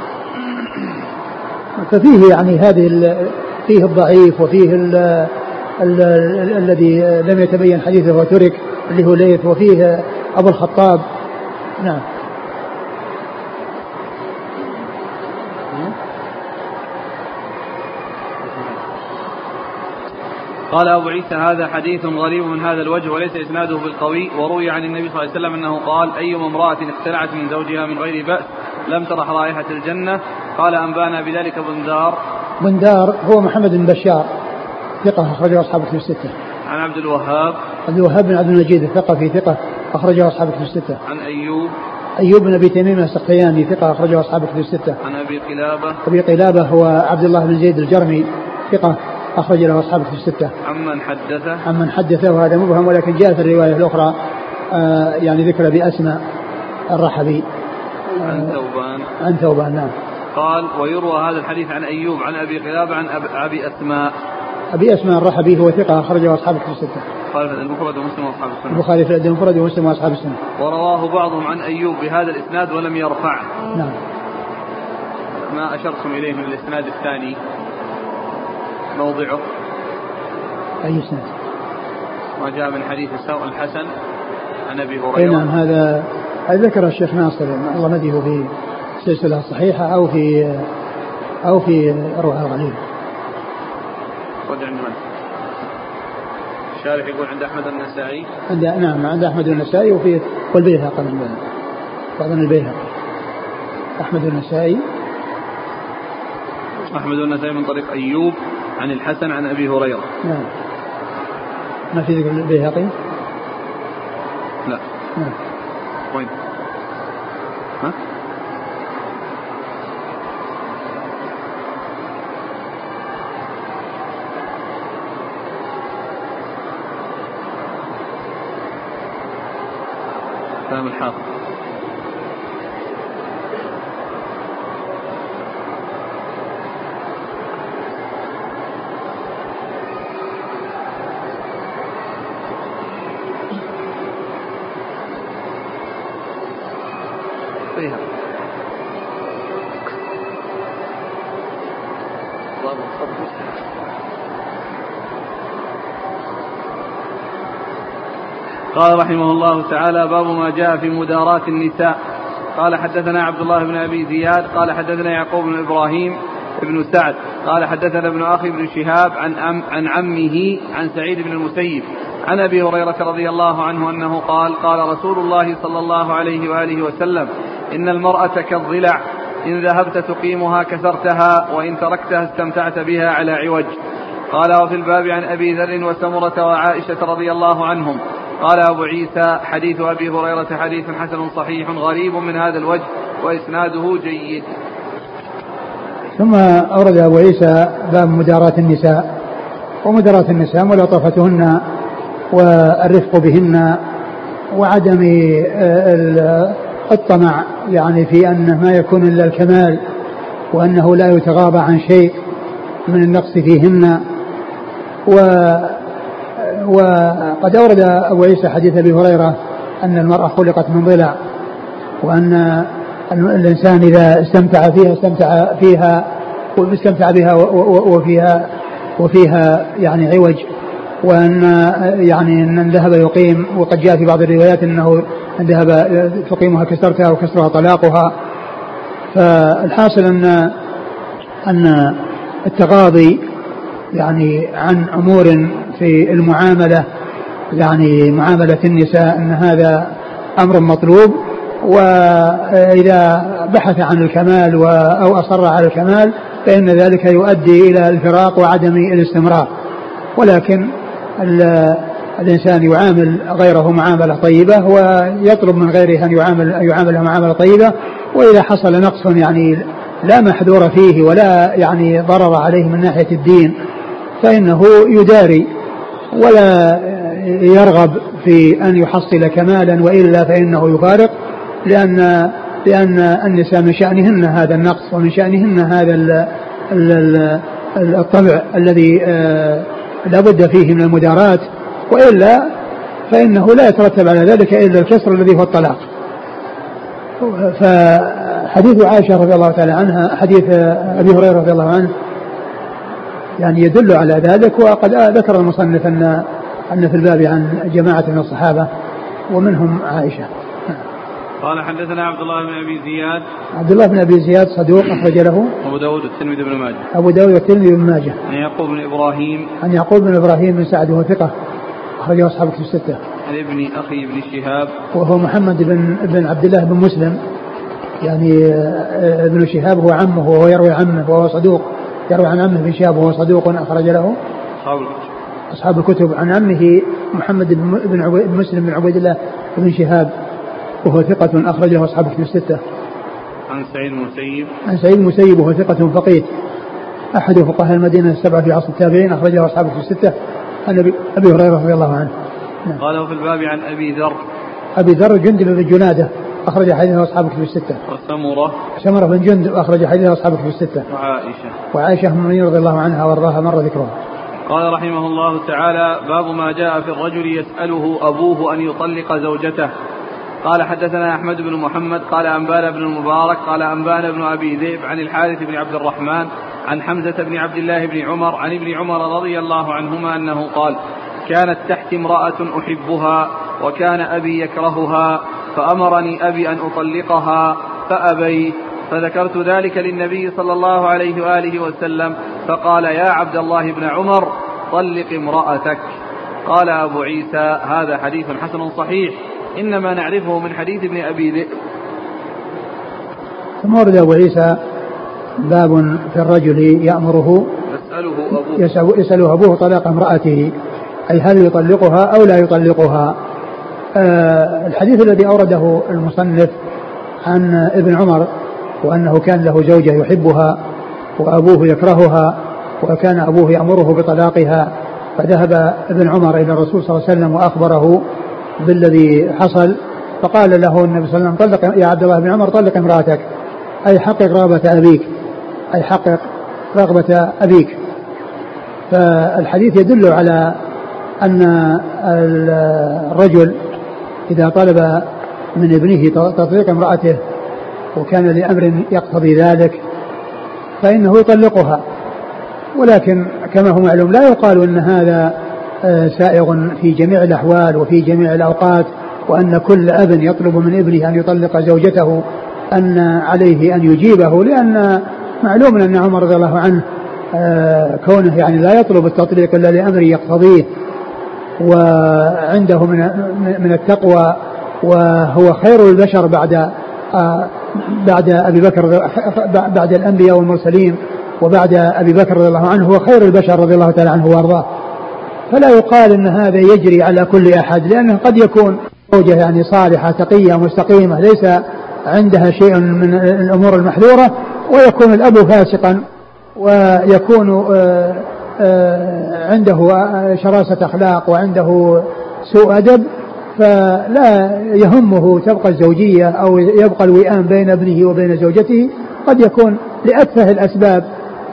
ففيه يعني هذه فيه الضعيف وفيه الذي لم يتبين حديثه وترك اللي هو ليث, وفيه أبو الخطاب. نعم. قال أبو عيسى هذا حديث غريب من هذا الوجه وليس إسناده بالقوي. وروي عن النبي صلى الله عليه وسلم أنه قال أيما امرأة اختلعت من زوجها من غير بأس لم ترح رائحة الجنة. قال أنبانا بذلك بندار. بندار هو محمد بن بشار ثقة أخرجه أصحاب الكتب الستة. عن عبد الوهاب عبد الوهاب بن عبد المجيد ثقة في ثقة أخرجه أصحاب الكتب الستة. عن أيوب أيوب بن أبي تميم السختياني ثقة أخرجه أصحاب الكتب الستة. عن أبي قلابة أبي قلابة هو عبد الله بن زيد الجرمي ثقة أخرج له أصحاب الكتب الستة. عمن حدثه عمن حدثه وهذا مبهم ولكن جاء في الرواية الأخرى آه يعني ذكر بأسماء الرحبي آه عن ثوبان عن ثوبان. نعم. قال ويروى هذا الحديث عن أيوب عن أبي قلابة عن أبي أسماء. أبي أسماء الرحبي هو ثقة أخرجه أصحاب الكتب الستة. البخاري في المفرد ومسلم وأصحاب السنة. البخاري في الأدب المفرد ومسلم وأصحاب السنة. ورواه بعضهم عن أيوب بهذا الإسناد ولم يرفعه. نعم. ما أشرتم إليه من الإسناد الثاني موضعه أي إسناد؟ ما جاء من حديث السوء الحسن عن أبي هريرة. نعم هذا ذكر الشيخ ناصر الله مديه في سلسلة صحيحة أو في أو في أروع الغليل. خذ عند من؟ الشارح يقول عند أحمد النسائي. عند نعم عند أحمد النسائي وفي والبيهقي من بعض البيهقي. أحمد النسائي أحمد النسائي من طريق أيوب عن الحسن عن أبي هريرة. نعم. ما في ذكر البيهقي؟ لا. نعم. وين؟ ها؟ كلام الحافظ. فيها قال رحمه الله تعالى باب ما جاء في مداراة النساء. قال حدثنا عبد الله بن أبي زياد قال حدثنا يعقوب بن إبراهيم بن سعد قال حدثنا ابن أخي بن شهاب عن, أم عن عمه عن سعيد بن المسيب عن أبي هريرة رضي الله عنه أنه قال قال رسول الله صلى الله عليه وآله وسلم إن المرأة كالضلع إن ذهبت تقيمها كسرتها وإن تركتها استمتعت بها على عوج. قال وفي الباب عن أبي ذر وسمرة وعائشة رضي الله عنهم. قال أبو عيسى حديث أبي هريرة حديث حسن صحيح غريب من هذا الوجه وإسناده جيد. ثم أورد أبو عيسى باب مداراة النساء. ومداراة النساء ملاطفتهن والرفق بهن وعدم الطمع يعني في أنه ما يكون إلا الكمال وأنه لا يتغاضى عن شيء من النقص فيهن. و وقد أورد أبو عيسى حديث أبي هريرة أن المرأة خلقت من ضلع وأن الإنسان إذا استمتع فيها استمتع فيها واستمتع بها وفيها وفيها يعني عوج وأن يعني أن ذهب يقيم وقد جاء في بعض الروايات أنه أن ذهب تقيمها كسرتها وكسرها طلاقها. فالحاصل أن أن التغاضي يعني عن أمور في المعاملة يعني معاملة النساء أن هذا أمر مطلوب. وإذا بحث عن الكمال أو أصر على الكمال فإن ذلك يؤدي إلى الفراق وعدم الاستمرار. ولكن الإنسان يعامل غيره معاملة طيبة ويطلب من غيره أن يعامل يعامله معاملة طيبة. وإذا حصل نقص يعني لا محذور فيه ولا يعني ضرر عليه من ناحية الدين فإنه يداري ولا يرغب في أن يحصل كمالا وإلا فإنه يفارق لأن لأن النساء من شأنهن هذا النقص ومن شأنهن هذا ال ال ال الطبع الذي لا بد فيه من المداراة، وإلا فإنه لا يترتب على ذلك إلا الكسر الذي هو الطلاق. فحديث عائشة رضي الله تعالى عنها حديث أبي هريرة رضي الله عنه يعني يدل على ذلك. وقد ذكر المصنف أن أن في الباب عن جماعة من الصحابة ومنهم عائشة. قال حدثنا عبد الله بن أبي زياد. عبد الله بن أبي زياد صدوق أخرج له أبو داود والترمذي بن ماجه. أبو داود والترمذي بن ماجه. عن يعقوب بن إبراهيم. عن يعقوب بن إبراهيم بن سعد وهو ثقة أخرجه أصحاب الكتب الستة. عن ابن أخي ابن شهاب وهو محمد بن بن عبد الله بن مسلم يعني ابن شهاب هو عمه وهو يروي عنه وهو صدوق، يروي عن عمه بن شهاب وهو صدوق أخرج له أصحاب الكتب. أصحاب الكتب. عن عمه محمد بن مسلم بن عبيد الله بن شهاب وهو ثقة أخرجه أصحاب الكتب الستة. عن سعيد المسيب. عن سعيد المسيب وهو ثقة فقيه أحد فقهاء المدينة السبعة في عصر التابعين أخرجه أصحاب الكتب الستة. عن أبي هريرة رضي الله عنه. نعم. قال في الباب عن أبي ذر. أبي ذر جندب بن جنادة أخرج حديثه أصحاب الكتب الستة. وسمرة. سمرة بن جندب أخرج حديثه أصحاب الكتب الستة. وعائشة. وعائشة أم المؤمنين رضي الله عنها وارضاها مر ذكرها. قال رحمه الله تعالى: باب ما جاء في الرجل يسأله أبوه أن يطلق زوجته. قال حدثنا أحمد بن محمد قال أنبانا بن المبارك قال أنبانا بن أبي ذئب عن الحارث بن عبد الرحمن عن حمزة بن عبد الله بن عمر عن ابن عمر رضي الله عنهما أنه قال: كانت تحت امرأة أحبها وكان أبي يكرهها فأمرني أبي أن أطلقها فأبيت، فذكرت ذلك للنبي صلى الله عليه وآله وسلم فقال: يا عبد الله بن عمر طلق امرأتك. قال أبو عيسى: هذا حديث حسن صحيح، إنما نعرفه من حديث ابن أبي ذئب. ثم ورد أبو عيسى باب في الرجل يأمره يسأله أبوه, يسأله أبوه طلاق امرأته، أي هل يطلقها أو لا يطلقها. آه الحديث الذي أورده المصنف عن ابن عمر وأنه كان له زوجة يحبها وأبوه يكرهها وكان أبوه يأمره بطلاقها، فذهب ابن عمر إلى الرسول صلى الله عليه وسلم وأخبره بالذي حصل، فقال له النبي صلى الله عليه وسلم: طلق يا عبد الله بن عمر طلق امرأتك، أي حقق رغبة أبيك، أي حقق رغبة أبيك. فالحديث يدل على أن الرجل إذا طلب من ابنه تطليق امرأته وكان لأمر يقتضي ذلك فإنه يطلقها، ولكن كما هو معلوم لا يقال أن هذا سائغ في جميع الأحوال وفي جميع الأوقات، وأن كل أب يطلب من ابنه أن يطلق زوجته أن عليه أن يجيبه، لأن معلوم أن عمر رضي الله عنه كونه يعني لا يطلب التطليق إلا لأمر يقتضيه وعنده من من التقوى، وهو خير البشر بعد بعد أبي بكر بعد الأنبياء والمرسلين وبعد أبي بكر رضي الله عنه، هو خير البشر رضي الله تعالى عنه وارضاه. فلا يقال ان هذا يجري على كل احد، لانه قد يكون زوجة يعني صالحة تقية مستقيمة ليس عندها شيء من الامور المحذورة، ويكون الاب فاسقا ويكون عنده شراسة اخلاق وعنده سوء ادب، فلا يهمه تبقى الزوجية او يبقى الوئام بين ابنه وبين زوجته. قد يكون لأتفه الاسباب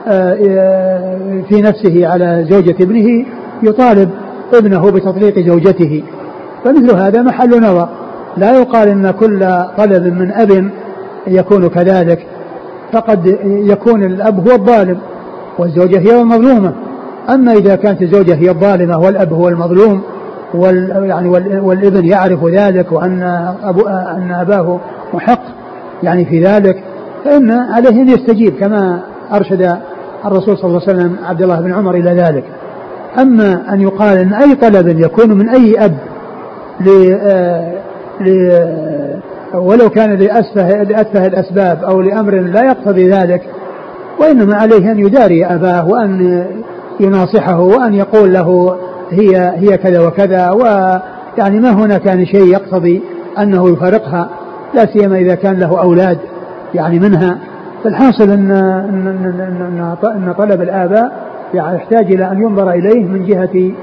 في نفسه على زوجة ابنه يطالب ابنه بتطليق زوجته، فمثل هذا محل نظر. لا يقال ان كل طلب من اب يكون كذلك، فقد يكون الاب هو الظالم والزوجة هي المظلومة. اما اذا كانت الزوجة هي الظالمة والاب هو المظلوم وال يعني والابن يعرف ذلك وان أبو ان اباه محق يعني في ذلك، فان عليه ان يستجيب كما ارشد الرسول صلى الله عليه وسلم عبد الله بن عمر الى ذلك. أما أن يقال أن أي طلب يكون من أي أب ل ل ولو كان لأسفه لأتفه الأسباب أو لأمر لا يقتضي ذلك، وإنما عليه أن يداري أباه وأن يناصحه وأن يقول له هي هي كذا وكذا، ويعني ما هنا كان شيء يقتضي أنه يفارقها، لا سيما إذا كان له أولاد يعني منها. فالحاصل أن أن أن طلب الآباء يعني يحتاج إلى أن ينظر إليه من جهة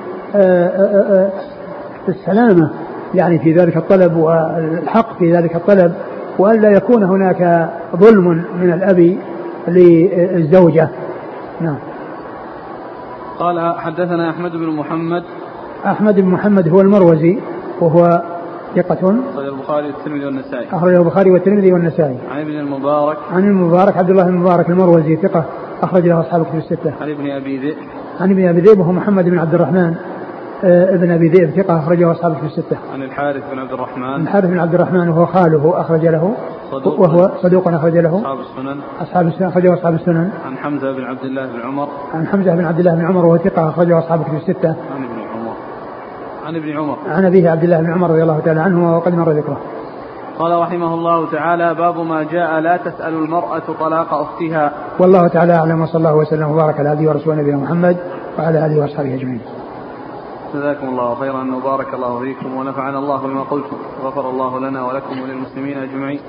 السلامة يعني في ذلك الطلب والحق في ذلك الطلب، وألا يكون هناك ظلم من الأب للزوجة. نعم. قال حدثنا أحمد بن محمد. أحمد بن محمد هو المروزي وهو ثقة أخرج البخاري والترمذي والنسائي. أخرج البخاري والترمذي والنسائي. عن ابن المبارك. عن المبارك عبد الله بن المبارك المروزي ثقة أخرج له أصحاب الكتب الستة. عن ابن أبي ذئب. عن ابن أبي ذئب وهو محمد بن عبد الرحمن ابن أبي ذئب ثقة أخرجه أصحاب الكتب الستة. عن الحارث بن عبد الرحمن. الحارث بن عبد الرحمن وهو خاله أخرج له صدوق وهو صدوق أخرج له أصحاب السنن. أصحاب السنن أخرجه أصحاب السنن. عن حمزة بن عبد الله بن عمر. عن حمزة بن عبد الله بن عمر وهو ثقة أخرجه أصحاب الكتب الستة. عن ابن عمر. عن ابن عمر. عن أبيه عبد الله بن عمر رضي الله تعالى عنه وقد مر ذكره. قال رحمه الله تعالى: باب ما جاء لا تسأل المرأة طلاق أختها. والله تعالى أعلم، وصلى الله وسلم وبارك على عبده ورسوله نبينا محمد وعلى آله وأصحابه أجمعين. جزاكم الله خيرا وبارك الله فيكم ونفعنا الله بما قلتم، غفر الله لنا ولكم وللمسلمين أجمعين.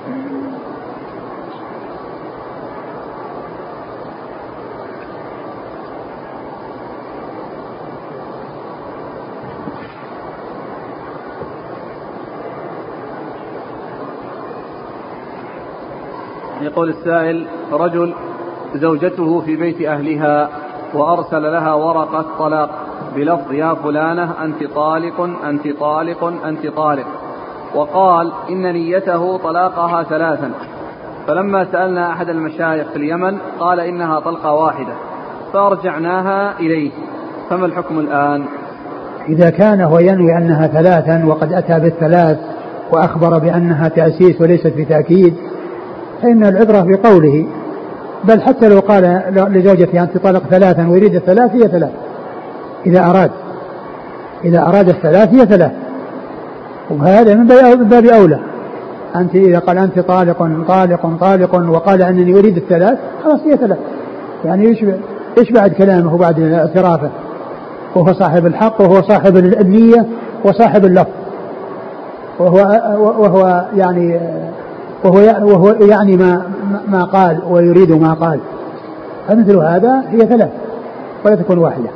يقول السائل: رجل زوجته في بيت أهلها وأرسل لها ورقة طلاق بلفظ يا فلانة أنت طالق أنت طالق أنت طالق، وقال إن نيته طلاقها ثلاثا، فلما سألنا أحد المشايخ في اليمن قال إنها طلقة واحدة فأرجعناها إليه، فما الحكم الآن؟ إذا كان هو ينوي أنها ثلاثا وقد أتى بالثلاث وأخبر بأنها تأسيس وليست بتأكيد فإن العبرة بقوله، بل حتى لو قال لزوجته أنت طلق ثلاثا ويريد الثلاث هي ثلاث، إذا أراد إذا أراد الثلاث هي ثلاث، وهذا من باب أولى. أنت إذا قال أنت طالق طالق طالق وقال أنني أريد الثلاث خلاص هي ثلاث، يعني يشبع, يشبع كلامه بعد اعترافه، وهو صاحب الحق وهو صاحب النية وصاحب اللفظ، وهو, وهو يعني وهو وهو يعني ما ما قال ويريد ما قال، فمثل هذا هي ثلاث ولا تكون واحدة.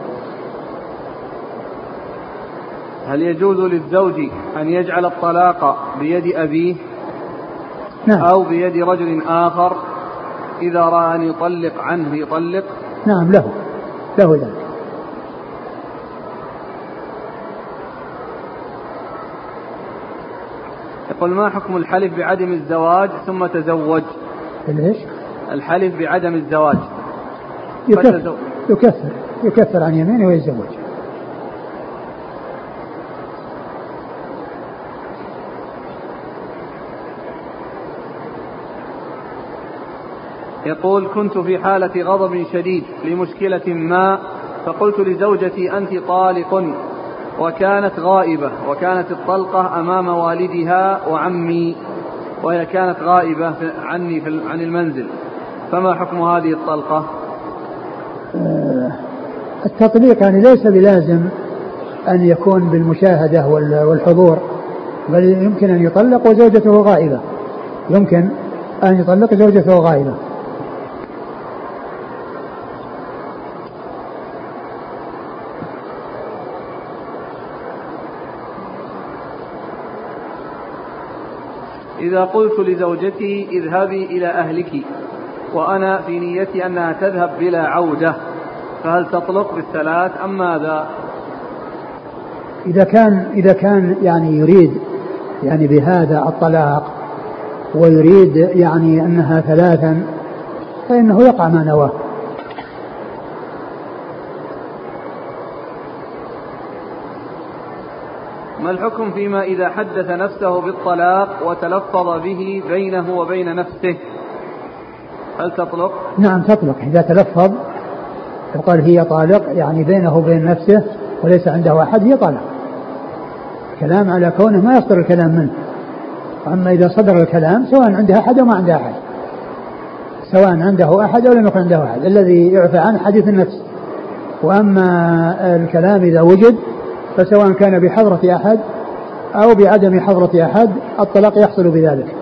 هل يجوز للزوج أن يجعل الطلاق بيد أبيه؟ نعم. أو بيد رجل آخر إذا رأى أن يطلق عنه يطلق؟ نعم له له ذلك. يقول: ما حكم الحلف بعدم الزواج ثم تزوج؟ ليش؟ الحلف بعدم الزواج يكفر يكفر, يكفر عن يمينه ويتزوج. يقول: كنت في حالة غضب شديد لمشكلة ما، فقلت لزوجتي أنت طالق، وكانت غائبة، وكانت الطلقة أمام والدها وعمي، وهي كانت غائبة عني في عن المنزل، فما حكم هذه الطلقة؟ التطليق يعني ليس بلازم أن يكون بالمشاهدة والحضور، بل يمكن أن يطلق وزوجته غائبة، يمكن أن يطلق زوجته غائبة. إذا قلت لزوجتي اذهبي إلى أهلك وأنا في نيتي أنها تذهب بلا عودة، فهل تطلق بالثلاث أم ماذا؟ إذا كان إذا كان يعني يريد يعني بهذا الطلاق ويريد يعني أنها ثلاثا فإنه يقع ما نواه. ما الحكم فيما إذا حدث نفسه بالطلاق وتلفظ به بينه وبين نفسه، هل تطلق؟ نعم تطلق، إذا تلفظ وقال هي طالق يعني بينه وبين نفسه وليس عنده أحد هي طالق، كلام على كونه ما يصدر الكلام منه. أما إذا صدر الكلام سواء عنده أحد أو ما عنده أحد، سواء عنده أحد أو لم يكن عنده أحد، الذي يعفى عنه حديث النفس. وأما الكلام إذا وجد فسواء كان بحضرة أحد أو بعدم حضرة أحد الطلاق يحصل بذلك.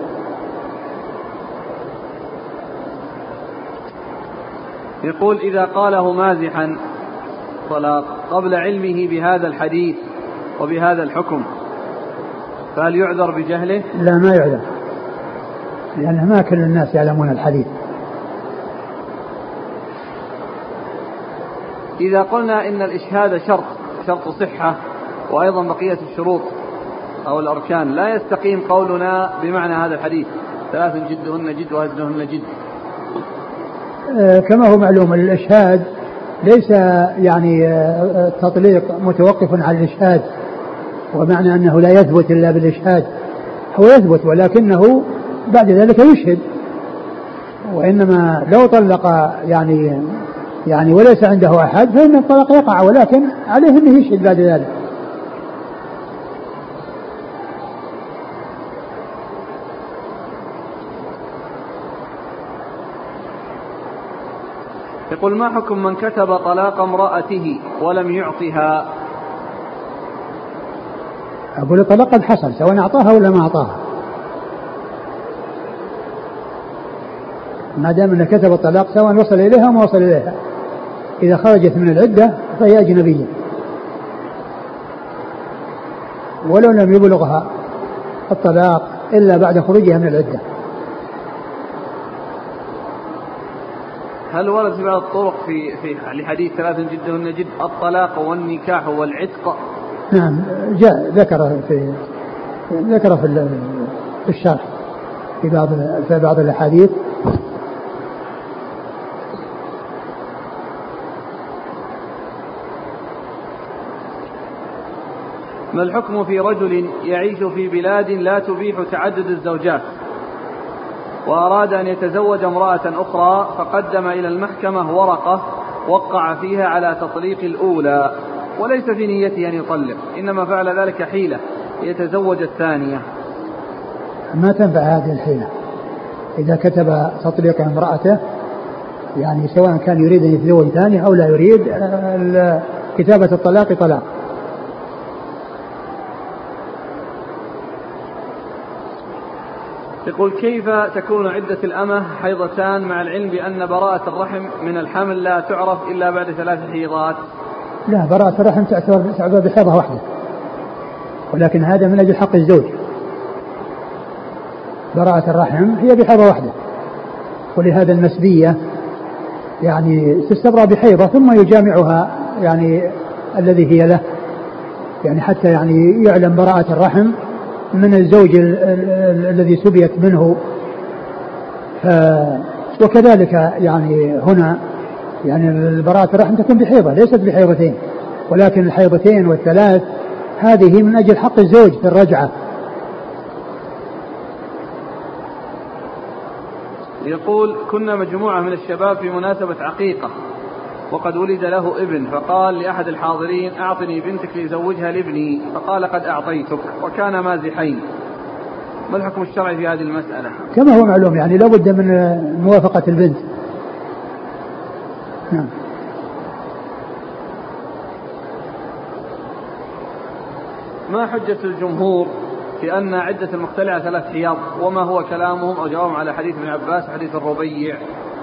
يقول: إذا قاله مازحا طلاق قبل علمه بهذا الحديث وبهذا الحكم فهل يعذر بجهله؟ لا ما يعذر، لأن ما كل الناس يعلمون الحديث. إذا قلنا إن الإشهاد شرط شرط صحة وأيضا بقية الشروط أو الأركان لا يستقيم قولنا بمعنى هذا الحديث ثلاث جدهن جد وهزلهن جد. كما هو معلوم الإشهاد ليس يعني التطليق متوقف على الإشهاد، ومعنى أنه لا يثبت إلا بالإشهاد، هو يثبت ولكنه بعد ذلك يشهد. وإنما لو طلق يعني يعني وليس عنده أحد فإن الطلاق يقع، ولكن عليه أنه يشهد بعد ذلك. يقول ما حكم من كتب طلاق امرأته ولم يعطها؟ أقول الطلاق قد حصل سواء أعطاها ولا ما أعطاها، ما دام أنه كتب الطلاق سواء وصل إليها وما وصل إليها. إذا خرجت من العدة فهي أجنبية ولو لم يبلغها الطلاق إلا بعد خروجها من العدة. هل ورد في بعض الطرق في في لحديث ثلاث جدهن جد الطلاق والنكاح والعتق؟ نعم جاء ذكر في ذكر في الشرح في بعض في بعض الأحاديث. ما الحكم في رجل يعيش في بلاد لا تبيح تعدد الزوجات وأراد أن يتزوج امرأة أخرى فقدم إلى المحكمة ورقة وقع فيها على تطليق الأولى وليس في نيته أن يطلق، إنما فعل ذلك حيلة يتزوج الثانية؟ ما تنفع هذه الحيلة. إذا كتب تطليق امرأته يعني سواء كان يريد أن يتزوج ثانية أو لا يريد، كتابة الطلاق طلاق. يقول كيف تكون عدة الأمة حيضتان مع العلم بأن براءة الرحم من الحمل لا تعرف إلا بعد ثلاث حيضات؟ لا، براءة الرحم تعتبر بحيضة واحدة، ولكن هذا من أجل حق الزوج. براءة الرحم هي بحيضة واحدة، ولهذا المسبية يعني تستبرأ بحيضة ثم يجامعها يعني الذي هي له، يعني حتى يعني يعلم براءة الرحم من الزوج ال ال الذي سبيت منه. وكذلك يعني هنا يعني براءة الرحم تكون بحيضة ليست بحيضتين، ولكن الحيضتين والثلاث هذه من أجل حق الزوج في الرجعة. يقول كنا مجموعة من الشباب في مناسبة عقيقة وقد ولد له ابن، فقال لأحد الحاضرين أعطني بنتك ليزوجها لابني، فقال قد أعطيتك، وكان مازحين. ما الحكم الشرعي في هذه المسألة؟ كما هو معلوم يعني لابد من موافقة البنت. نعم. ما حجة الجمهور في أن عدة المختلعة ثلاث حياض، وما هو كلامهم أو جوابهم على حديث ابن عباس وحديث الربيع؟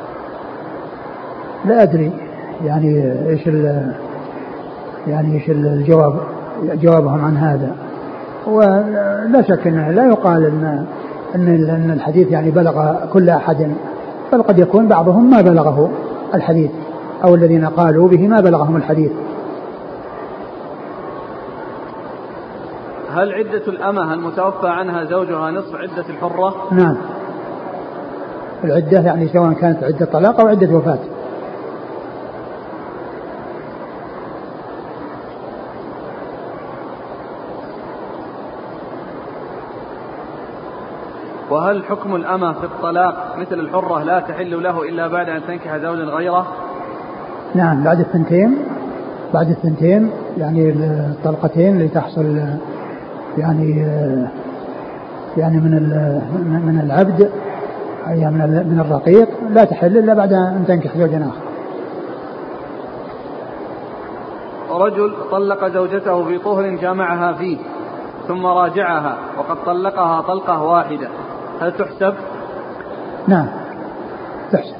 لا أدري يعني إيش يعني إيش الجواب جوابهم عن هذا. ولا شك أنه لا يقال أن أن الحديث يعني بلغ كل أحد، بل قد يكون بعضهم ما بلغه الحديث أو الذين قالوا به ما بلغهم الحديث. هل عدة الأمة المتوفى عنها زوجها نصف عدة الحرة؟ نعم، العدة يعني سواء كانت عدة طلاق أو عدة وفاة. وهل حكم الأمة في الطلاق مثل الحرة لا تحل له إلا بعد أن تنكح زوجا غيره؟ نعم، بعد الثنتين بعد الثنتين يعني الطلقتين اللي تحصل يعني يعني من من العبد يعني من الرقيق لا تحل إلا بعد أن تنكح زوجا آخر. رجل طلق زوجته في طهر جامعها فيه ثم راجعها وقد طلقها طلقة واحدة، هل تحسب؟ نعم تحسب.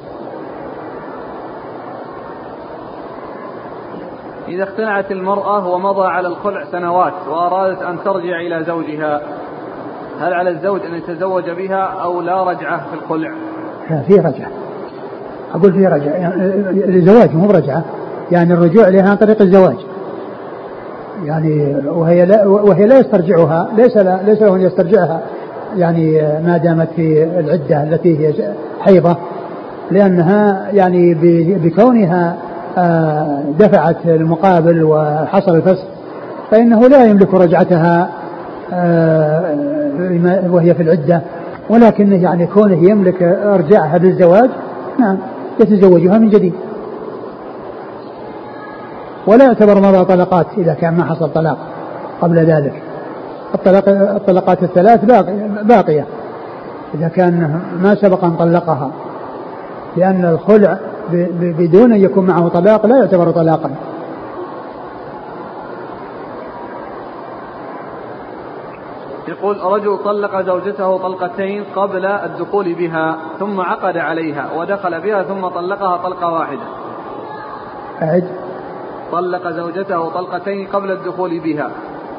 إذا اقتنعت المرأة ومضى على الخلع سنوات وأرادت أن ترجع إلى زوجها، هل على الزوج أن يتزوج بها أو لا رجعة في الخلع؟ في رجعة، أقول في رجعة يعني لزواج مو برجعة، يعني الرجوع إليها عن طريق الزواج، يعني وهي لا, وهي لا يسترجعها، ليس لا ليس له أن يسترجعها يعني ما دامت في العدة التي هي حيضة، لأنها يعني بكونها دفعت المقابل وحصل الفسخ فإنه لا يملك رجعتها وهي في العدة، ولكنه يعني كونه يملك ارجاعها بالزواج نعم يتزوجها من جديد، ولا يعتبر مضى طلقات إذا كان ما حصل طلاق قبل ذلك. الطلاق الطلقات الثلاث باقية إذا كان ما سبق أن طلقها، لأن الخلع بدون أن يكون معه طلاق لا يعتبر طلاقا. يقول رجل طلق زوجته طلقتين قبل الدخول بها ثم عقد عليها ودخل بها ثم طلقها طلقة واحدة. أعد. طلق زوجته طلقتين قبل الدخول بها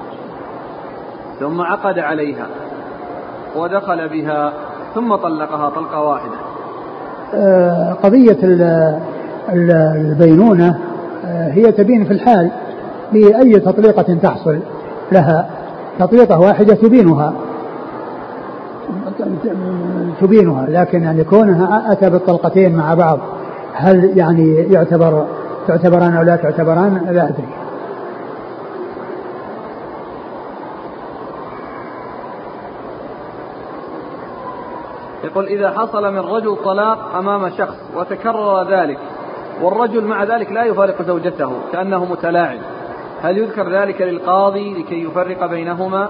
ثم عقد عليها ودخل بها ثم طلقها طلقة واحدة. آه قضية البينونة آه هي تبين في الحال بأي تطليقة تحصل لها، تطليقة واحدة تبينها تبينها لكن يعني كونها أتى بالطلقتين مع بعض هل يعني يعتبر تعتبران أو لا تعتبران لا أدري. يقول إذا حصل من رجل طلاق أمام شخص وتكرر ذلك والرجل مع ذلك لا يفارق زوجته كأنه متلاعب، هل يذكر ذلك للقاضي لكي يفرق بينهما؟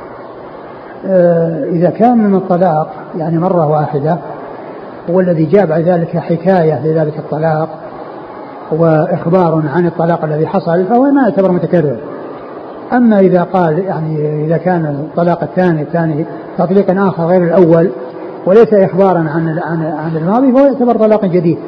آه إذا كان من الطلاق يعني مرة واحدة والذي جاء بعد ذلك حكاية لذلك الطلاق وإخبار عن الطلاق الذي حصل فهو ما يعتبر متكرر. أما إذا قال يعني إذا كان الطلاق الثاني الثاني تطليق آخر غير الأول وليس إخبارا عن عن عن الماضي فهو يعتبر طلاق جديد.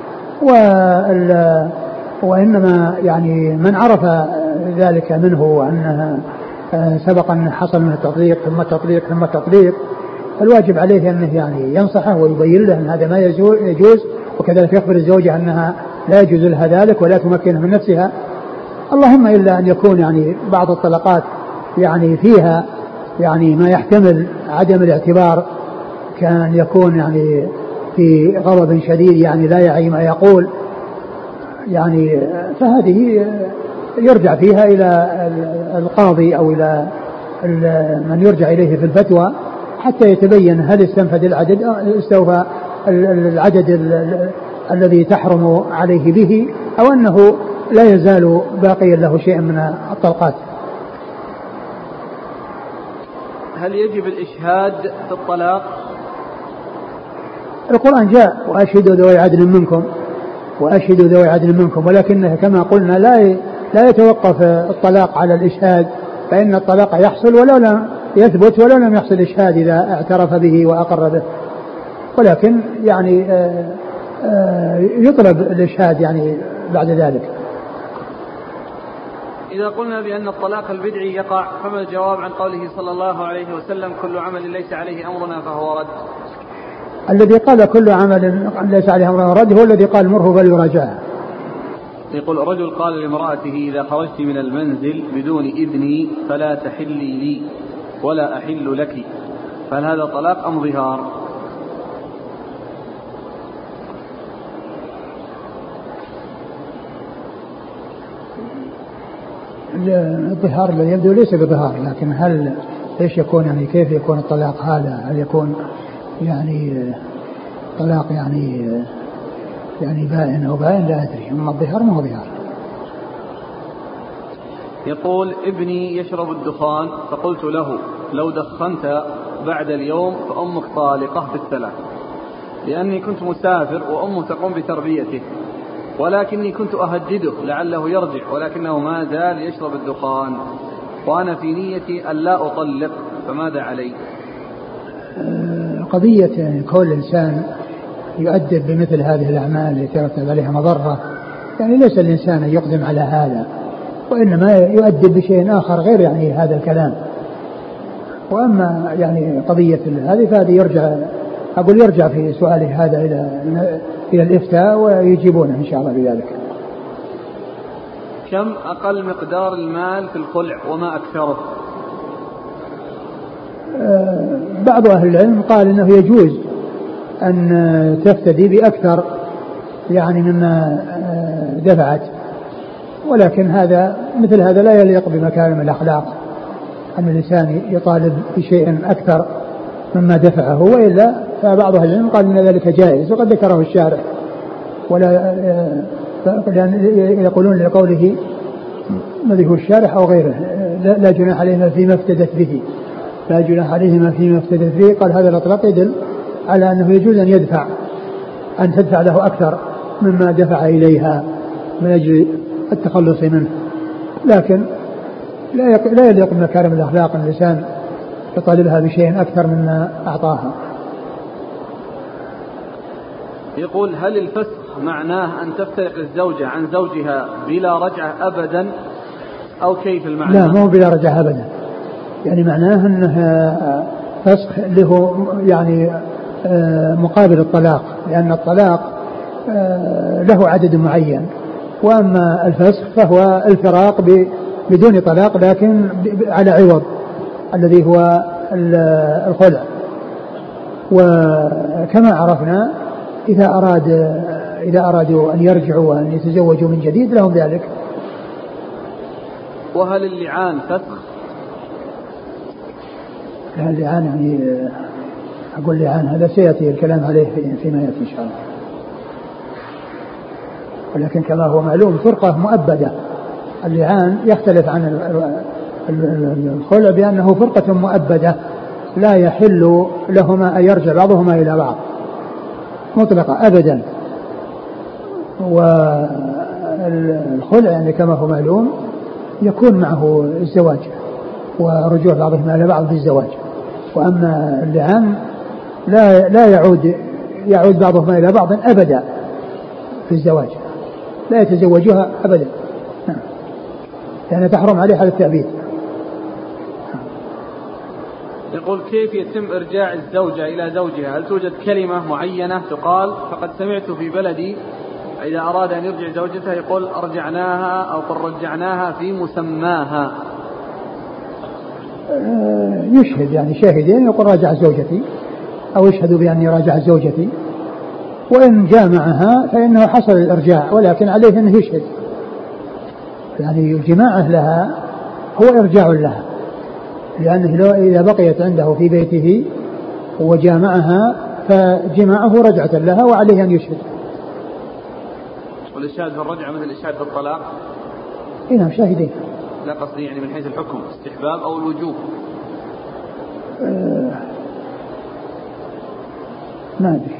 وإنما يعني من عرف ذلك منه وأنه سبق أن حصل من التطليق ثم التطليق ثم التطليق الواجب عليه أنه يعني ينصحه ويبين له أن هذا ما يجوز، وكذلك يخبر الزوجة أنها لا يجوز لها ذلك ولا تمكنه من نفسها، اللهم إلا أن يكون يعني بعض الطلقات يعني فيها يعني ما يحتمل عدم الاعتبار، كان يكون يعني في غضب شديد يعني لا يعي ما يقول، يعني فهذه يرجع فيها إلى القاضي أو إلى من يرجع إليه في الفتوى حتى يتبين هل استنفذ العدد استوفى العدد الذي تحرم عليه به أو أنه لا يزال باقيا له شيء من الطلقات. هل يجب الإشهاد في الطلاق؟ القرآن جاء وأشهدوا ذوي عدل منكم وأشهدوا ذوي عدل منكم، ولكنه كما قلنا لا لا يتوقف الطلاق على الإشهاد، فإن الطلاق يحصل ولو لم يثبت ولو لم يحصل إشهاد إذا اعترف به وأقر به، ولكن يعني آآ آآ يطلب الإشهاد يعني بعد ذلك. إذا قلنا بأن الطلاق البدعي يقع فما الجواب عن قوله صلى الله عليه وسلم كل عمل ليس عليه أمرنا فهو رد؟ الذي قال كل عمل ليس عليه أمرنا رد هو الذي قال مره فليراجعه. يقول رجل قال لامرأته إذا خرجت من المنزل بدون إذني فلا تحلي لي ولا أحل لك، فهل هذا طلاق أم ظهار؟ الظهار الذي يبدو ليس بظهار، لكن هل ايش يكون يعني كيف يكون الطلاق هذا؟ هل يكون يعني طلاق يعني يعني بائن أو بائن لا أدري، أما الظهار ما هو ظهار. يقول ابني يشرب الدخان فقلت له لو دخنت بعد اليوم فأمك طالقة بالثلاث، لأني كنت مسافر وأمه تقوم بتربيته، ولكني كنت أهدده لعله يرجع ولكنه ما زال يشرب الدخان وأنا في نيتي أن لا أطلق، فماذا علي؟ قضية يعني كل إنسان يؤدب بمثل هذه الأعمال التي يترتب عليها مضرة، يعني ليس الإنسان أن يقدم على هذا، وإنما يؤدب بشيء آخر غير يعني هذا الكلام. وأما يعني قضية هذه فهذه يرجع أقول يرجع في سؤاله هذا إلى إلى الإفتاء ويجيبونه إن شاء الله بذلك. كم أقل مقدار المال في الخلع وما أكثره؟ بعض أهل العلم قال إنه يجوز أن تفتدي بأكثر يعني مما دفعت، ولكن هذا مثل هذا لا يليق بمكارم الأخلاق أن الإنسان يطالب بشيء أكثر مما دفعه، وإلا فبعض أهل العلم قال إن ذلك جائز، وقد ذكره الشارع، ولا يقولون لقوله الذي هو الشارع أو غيره لا جناح عليهما فيما افتدت به، لا جناح عليهما فيما افتدت به. قال هذا الإطلاق يدل على أنه يجوز أن يدفع أن تدفع له أكثر مما دفع إليها من أجل التخلص منه، لكن لا يليق بمكارم الأخلاق أن الإنسان يطالبها بشيء أكثر مما أعطاها. يقول هل الفسخ معناه أن تفترق الزوجة عن زوجها بلا رجعة أبدا أو كيف المعنى؟ لا، مو بلا رجعة أبدا، يعني معناه أنها فسخ له يعني مقابل الطلاق، لأن الطلاق له عدد معين، وأما الفسخ فهو الفراق بدون طلاق لكن على عوض الذي هو الخلع. وكما عرفنا إذا أراد إذا أرادوا أن يرجعوا وأن يتزوجوا من جديد لهم ذلك. وهل اللعان فسخ؟ اللعان يعني أقول لعان هذا سيأتي الكلام عليه فيما يأتي إن شاء الله، ولكن كما هو معلوم فرقة مؤبدة. اللعان يختلف عن الخلع بأنه فرقة مؤبدة لا يحل لهما أن يرجع بعضهما إلى بعض مطلقة أبدا. والخلع يعني كما هو معلوم يكون معه الزواج ورجوع بعضهما إلى بعض بالزواج، وأما اللعان لا لا يعود يعود بعضهما إلى بعض أبدا في الزواج، لا يتزوجها أبدا، يعني تحرم عليه على التأبيد. يقول كيف يتم إرجاع الزوجة إلى زوجها؟ هل توجد كلمة معينة تقال؟ فقد سمعت في بلدي إذا أراد أن يرجع زوجته يقول أرجعناها أو قل رجعناها في مسماها. يشهد يعني شاهدين يقول راجع زوجتي أو يشهدوا بأني راجع زوجتي، وإن جامعها فإنه حصل الإرجاع، ولكن عليه أنه يشهد، يعني جماعه لها هو إرجاع لها، لأنه إذا بقيت عنده في بيته وجامعها فجماعه رجعة لها وعليه أن يشهد. والإشهاد في الرجعة مثل الإشهاد في الطلاق؟ إنهم شاهدين. لا قصدي يعني من حيث الحكم استحباب أو الوجوب؟ أه ما أدري.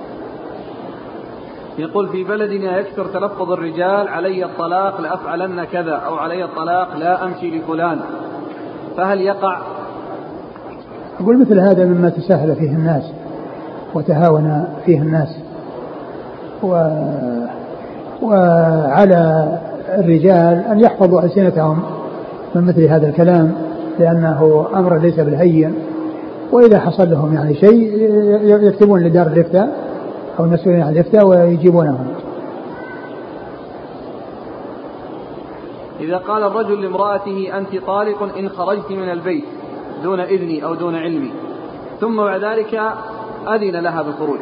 يقول في بلدنا يكثر تلفظ الرجال علي الطلاق لأفعلن كذا أو علي الطلاق لا أمشي لفلان، فهل يقع؟ أقول مثل هذا مما تساهل فيه الناس وتهاون فيه الناس، و... وعلى الرجال أن يحفظوا ألسنتهم من مثل هذا الكلام، لأنه أمر ليس بالهين، وإذا حصل لهم يعني شيء يكتبون لدار الإفتاء أو المسؤولين عن الإفتاء ويجيبونهم. إذا قال الرجل لامرأته أنت طالق إن خرجت من البيت دون إذني أو دون علمي، ثم بعد ذلك أذن لها بالخروج،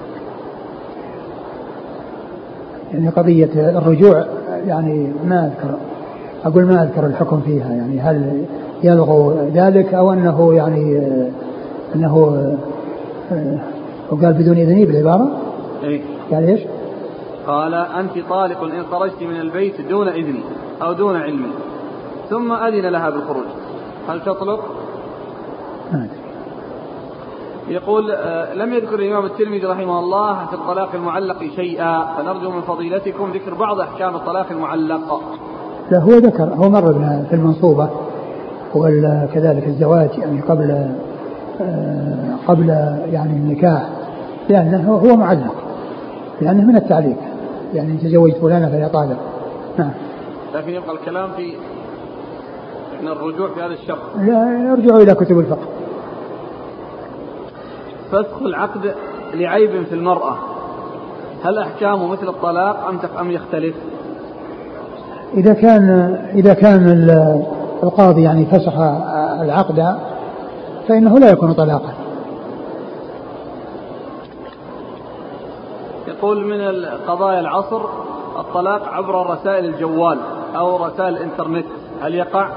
يعني قضية الرجوع يعني ما أذكر أقول ما أذكر الحكم فيها، يعني هل يلغو ذلك أو أنه يعني أنه وقال بدون إذني بالعبارة إيه؟ قال إيش؟ قال أنت طالق إن خرجت من البيت دون إذني أو دون علمي ثم أذن لها بالخروج، هل تطلق؟ ما يقول آه لم يذكر الإمام الترمذي رحمه الله في الطلاق المعلق شيئا، فنرجو من فضيلتكم ذكر بعض أحكام الطلاق المعلق. لا هو ذكر هو مر بنا في المنصوبة وكذلك الزواج يعني قبل آه قبل يعني النكاح، لأنه هو معلق، لأنه من التعليق، يعني إن تزوجت فلانة فهي طالق. نعم. لكن يبقى الكلام في من الرجوع في هذا الشرط. لا يرجعوا إلى كتب الفقه. فسخ العقد لعيب في المرأة هل أحكامه مثل الطلاق أم أم يختلف؟ إذا كان إذا كان القاضي يعني فسخ العقد فإنه لا يكون طلاقا. يقول من قضايا العصر الطلاق عبر رسائل الجوال أو رسائل الإنترنت، هل يقع؟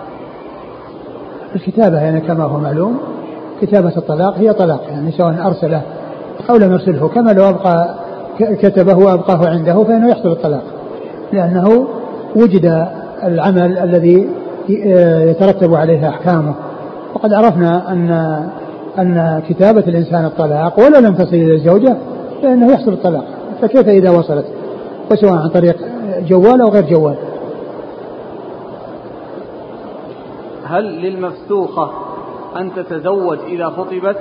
الكتابة يعني كما هو معلوم كتابة الطلاق هي طلاق، يعني سواء أرسله أو لم يرسله، كما لو أبقى كتبه وأبقاه عنده فإنه يحصل الطلاق، لأنه وجد العمل الذي يترتب عليه أحكامه. وقد عرفنا أن أن كتابة الإنسان الطلاق ولو لم تصل إلى الزوجة فإنه يحصل الطلاق، فكيف إذا وصلت، وسواء عن طريق جوال أو غير جوال. هل للمفسوخة أن تتزوج إذا خطبت؟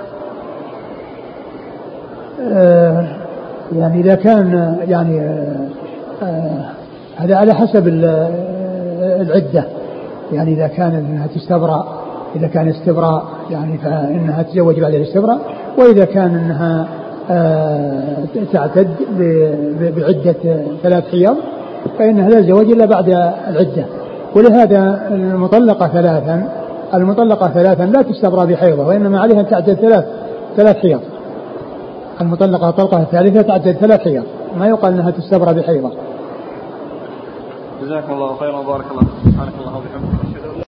آه يعني إذا كان يعني آه آه هذا على حسب العدة، يعني إذا كان أنها تستبرأ، إذا كان استبراء يعني فإنها تتزوج بعد الاستبراء، وإذا كان أنها آه تعتد بعدة ثلاث حيض فإنها لا تتزوج إلا بعد العدة. ولهذا المطلقة ثلاثا المطلقة ثلاثا لا تستبرأ بحيضة، وإنما عليها أن تعتد ثلاث ثلاث حيض. المطلقة طلقة الثالثة تعتد ثلاث حيض، ما يقال أنها تستبرأ بحيضة. جزاكم الله خيرا وبارك الله فيك. سبحانك اللهم وبحمدك.